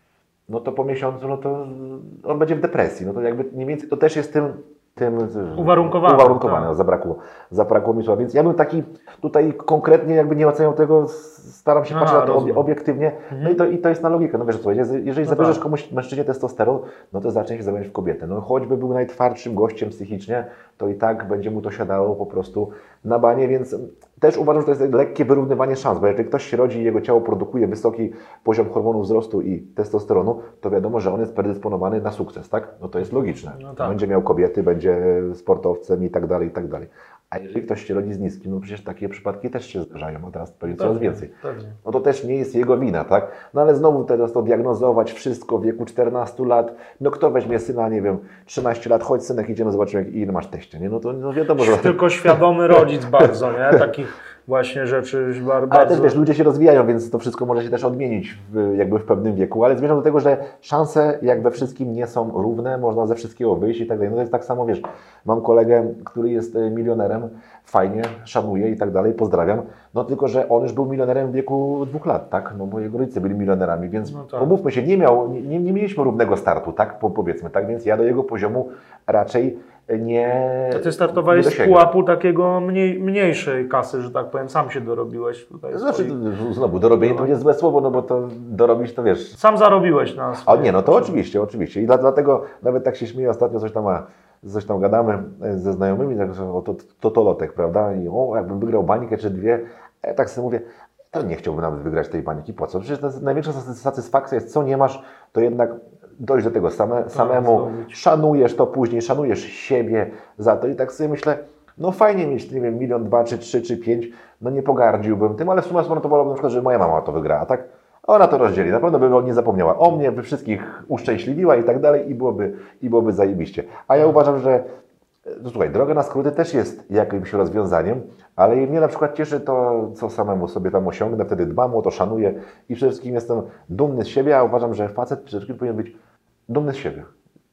No to po miesiącu, no to on będzie w depresji. No to jakby mniej więcej to też jest tym, tym uwarunkowane. uwarunkowane. Tak. Zabrakło, zabrakło mi słowa. Więc ja bym taki tutaj konkretnie jakby nie oceniał tego, staram się Aha, patrzeć na to rozumiem. obiektywnie. Mhm. No i to, i to jest na logikę. No wiesz co, jeżeli no zabierzesz tak. komuś mężczyźnie testosteron, no to zacznie się zamieniać w kobietę. No choćby był najtwardszym gościem psychicznie, to i tak będzie mu to siadało po prostu na banie, więc też uważam, że to jest lekkie wyrównywanie szans, bo jeżeli ktoś się rodzi i jego ciało produkuje wysoki poziom hormonów wzrostu i testosteronu, to wiadomo, że on jest predysponowany na sukces, tak? No to jest logiczne. No tak. Będzie miał kobiety, będzie sportowcem i tak dalej, i tak dalej. A jeżeli ktoś się rodzi z niskim, no przecież takie przypadki też się zdarzają, a teraz pewnie coraz więcej. Pewnie. No to też nie jest jego wina, tak? No ale znowu teraz to diagnozować wszystko w wieku czternastu lat, no kto weźmie syna, nie wiem, trzynaście lat, chodź synek, idziemy, zobaczymy ile masz teście, nie? No to no wiadomo, że... Tylko świadomy rodzic bardzo, nie? Takich właśnie rzeczy już bardzo... Ale też wiesz, ludzie się rozwijają, więc to wszystko może się też odmienić w, jakby w pewnym wieku, ale zmierzam do tego, że szanse jak we wszystkim nie są równe, można ze wszystkiego wyjść i tak dalej. No to jest tak samo, wiesz, mam kolegę, który jest milionerem, fajnie, szanuję i tak dalej, pozdrawiam, no tylko, że on już był milionerem w wieku dwóch lat, tak, no bo jego rodzice byli milionerami, więc no tak. pomówmy się, nie miał, nie, nie mieliśmy równego startu, tak, po, powiedzmy, tak, więc ja do jego poziomu raczej nie... To ty startowałeś z pułapu takiego mniej, mniejszej kasy, że tak powiem, sam się dorobiłeś tutaj. Znaczy, znowu, dorobienie to jest złe słowo, no bo to dorobić to wiesz... Sam zarobiłeś na swoje... A nie, no to oczywiście, oczywiście i dla, dlatego nawet tak się śmieję, ostatnio coś tam, coś tam gadamy ze znajomymi, tak, o to, to, to lotek, prawda, i o, jakbym wygrał bańkę czy dwie, ja tak sobie mówię, to nie chciałbym nawet wygrać tej bańki, po co? Przecież to jest największa satysfakcja jest, co nie masz, to jednak dojść do tego same, samemu, szanujesz to później, szanujesz siebie za to i tak sobie myślę, no fajnie mieć, nie wiem, milion, dwa, czy trzy, czy pięć, no nie pogardziłbym tym, ale w sumie to wolałbym na przykład, że moja mama to wygrała, tak? Ona to rozdzieli, na pewno by nie zapomniała o mnie, by wszystkich uszczęśliwiła i tak dalej i byłoby, i byłoby zajebiście. A ja uważam, że no słuchaj, droga na skróty też jest jakimś rozwiązaniem, ale mnie na przykład cieszy to, co samemu sobie tam osiągnę, wtedy dbam o to, szanuję i przede wszystkim jestem dumny z siebie, a uważam, że facet przede wszystkim powinien być dumny z siebie.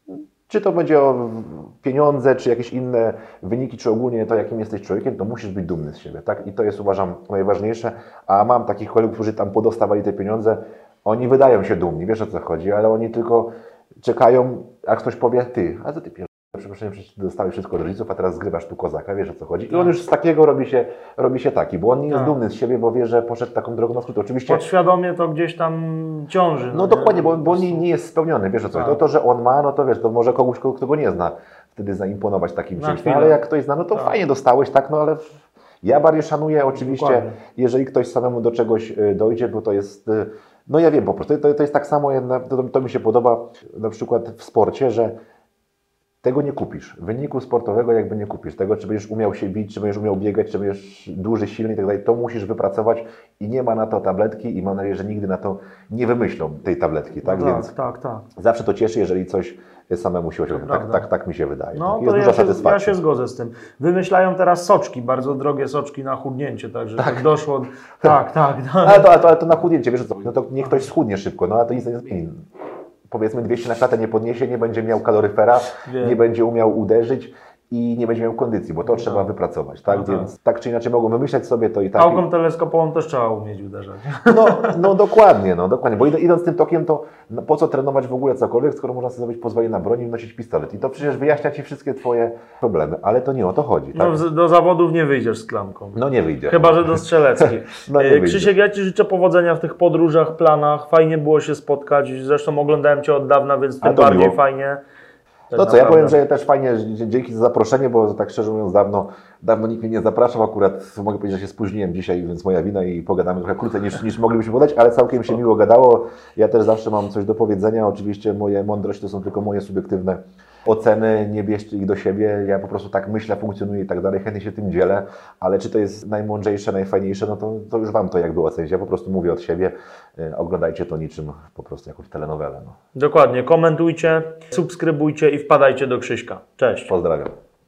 Czy to będzie o pieniądze, czy jakieś inne wyniki, czy ogólnie to, jakim jesteś człowiekiem, to musisz być dumny z siebie, tak? I to jest, uważam, najważniejsze, a mam takich kolegów, którzy tam podostawali te pieniądze, oni wydają się dumni, wiesz o co chodzi, ale oni tylko czekają, jak ktoś powie, ty, a co ty pierdolisz? Przepraszam, przecież dostałeś wszystko od rodziców, a teraz zgrywasz tu kozaka, wiesz o co chodzi. I on już z takiego robi się, robi się taki, bo on nie jest tak. dumny z siebie, bo wie, że poszedł taką drogą na skrót. Oczywiście podświadomie to gdzieś tam ciąży. No, no dokładnie, bo, bo on nie, nie jest spełniony, wiesz o co chodzi. To, to, że on ma, no to wiesz, to może kogoś, kto go nie zna, wtedy zaimponować takim na czymś. No, ale jak ktoś zna, no to tak. fajnie dostałeś, tak, no ale ja bardziej szanuję oczywiście, dokładnie. Jeżeli ktoś samemu do czegoś dojdzie, bo to jest, no ja wiem po prostu, to, to jest tak samo, to, to mi się podoba na przykład w sporcie, że tego nie kupisz. Wyniku sportowego jakby nie kupisz. Tego, czy będziesz umiał się bić, czy będziesz umiał biegać, czy będziesz duży, silny i tak dalej. To musisz wypracować i nie ma na to tabletki i mam nadzieję, że nigdy na to nie wymyślą tej tabletki. Tak, no tak, więc tak, tak. Zawsze to cieszy, jeżeli coś samemu się osiągnie. Tak, tak, tak mi się wydaje. No, tak. Jest to duża ja satysfakcja. Się, ja się zgodzę z tym. Wymyślają teraz soczki, bardzo drogie soczki na chudnięcie, także tak. to doszło... Tak, tak. No. Ale, to, ale, to, ale to na chudnięcie, wiesz co? No to niech ktoś schudnie szybko, no ale to nic nie zmieni. Powiedzmy dwieście na klatę nie podniesie, nie będzie miał kaloryfera, Wiem. nie będzie umiał uderzyć i nie będzie miał kondycji, bo to No trzeba tak. wypracować, tak? No tak. Więc tak czy inaczej mogą wymyślać sobie to i tak. Pałką teleskopową też trzeba umieć uderzać. No, no dokładnie, no dokładnie, bo id- idąc tym tokiem, to no, po co trenować w ogóle cokolwiek, skoro można sobie zrobić pozwolenie na broń i nosić pistolet. I to przecież wyjaśnia Ci wszystkie Twoje problemy, ale to nie o to chodzi, tak? No, z- do zawodów nie wyjdziesz z klamką. No nie wyjdzie. Chyba że do strzeleckich. No nie E, wyjdzie. Krzysiek, ja Ci życzę powodzenia w tych podróżach, planach. Fajnie było się spotkać. Zresztą oglądałem Cię od dawna, więc A tym to bardziej miło. fajnie. Tak No co, ja naprawdę. powiem, że też fajnie, że dzięki za zaproszenie, bo tak szczerze mówiąc dawno, dawno nikt mnie nie zapraszał, akurat mogę powiedzieć, że się spóźniłem dzisiaj, więc moja wina i pogadamy trochę krócej niż, niż moglibyśmy podać, ale całkiem się miło gadało. Ja też zawsze mam coś do powiedzenia, oczywiście moje mądrość to są tylko moje subiektywne oceny, nie bierzcie ich do siebie, ja po prostu tak myślę, funkcjonuję i tak dalej, chętnie się tym dzielę, ale czy to jest najmądrzejsze, najfajniejsze, no to, to już Wam to jakby ocenić, ja po prostu mówię od siebie, y, oglądajcie to niczym po prostu jakąś telenowelę. No. Dokładnie. Komentujcie, subskrybujcie i wpadajcie do Krzyśka. Cześć. Pozdrawiam.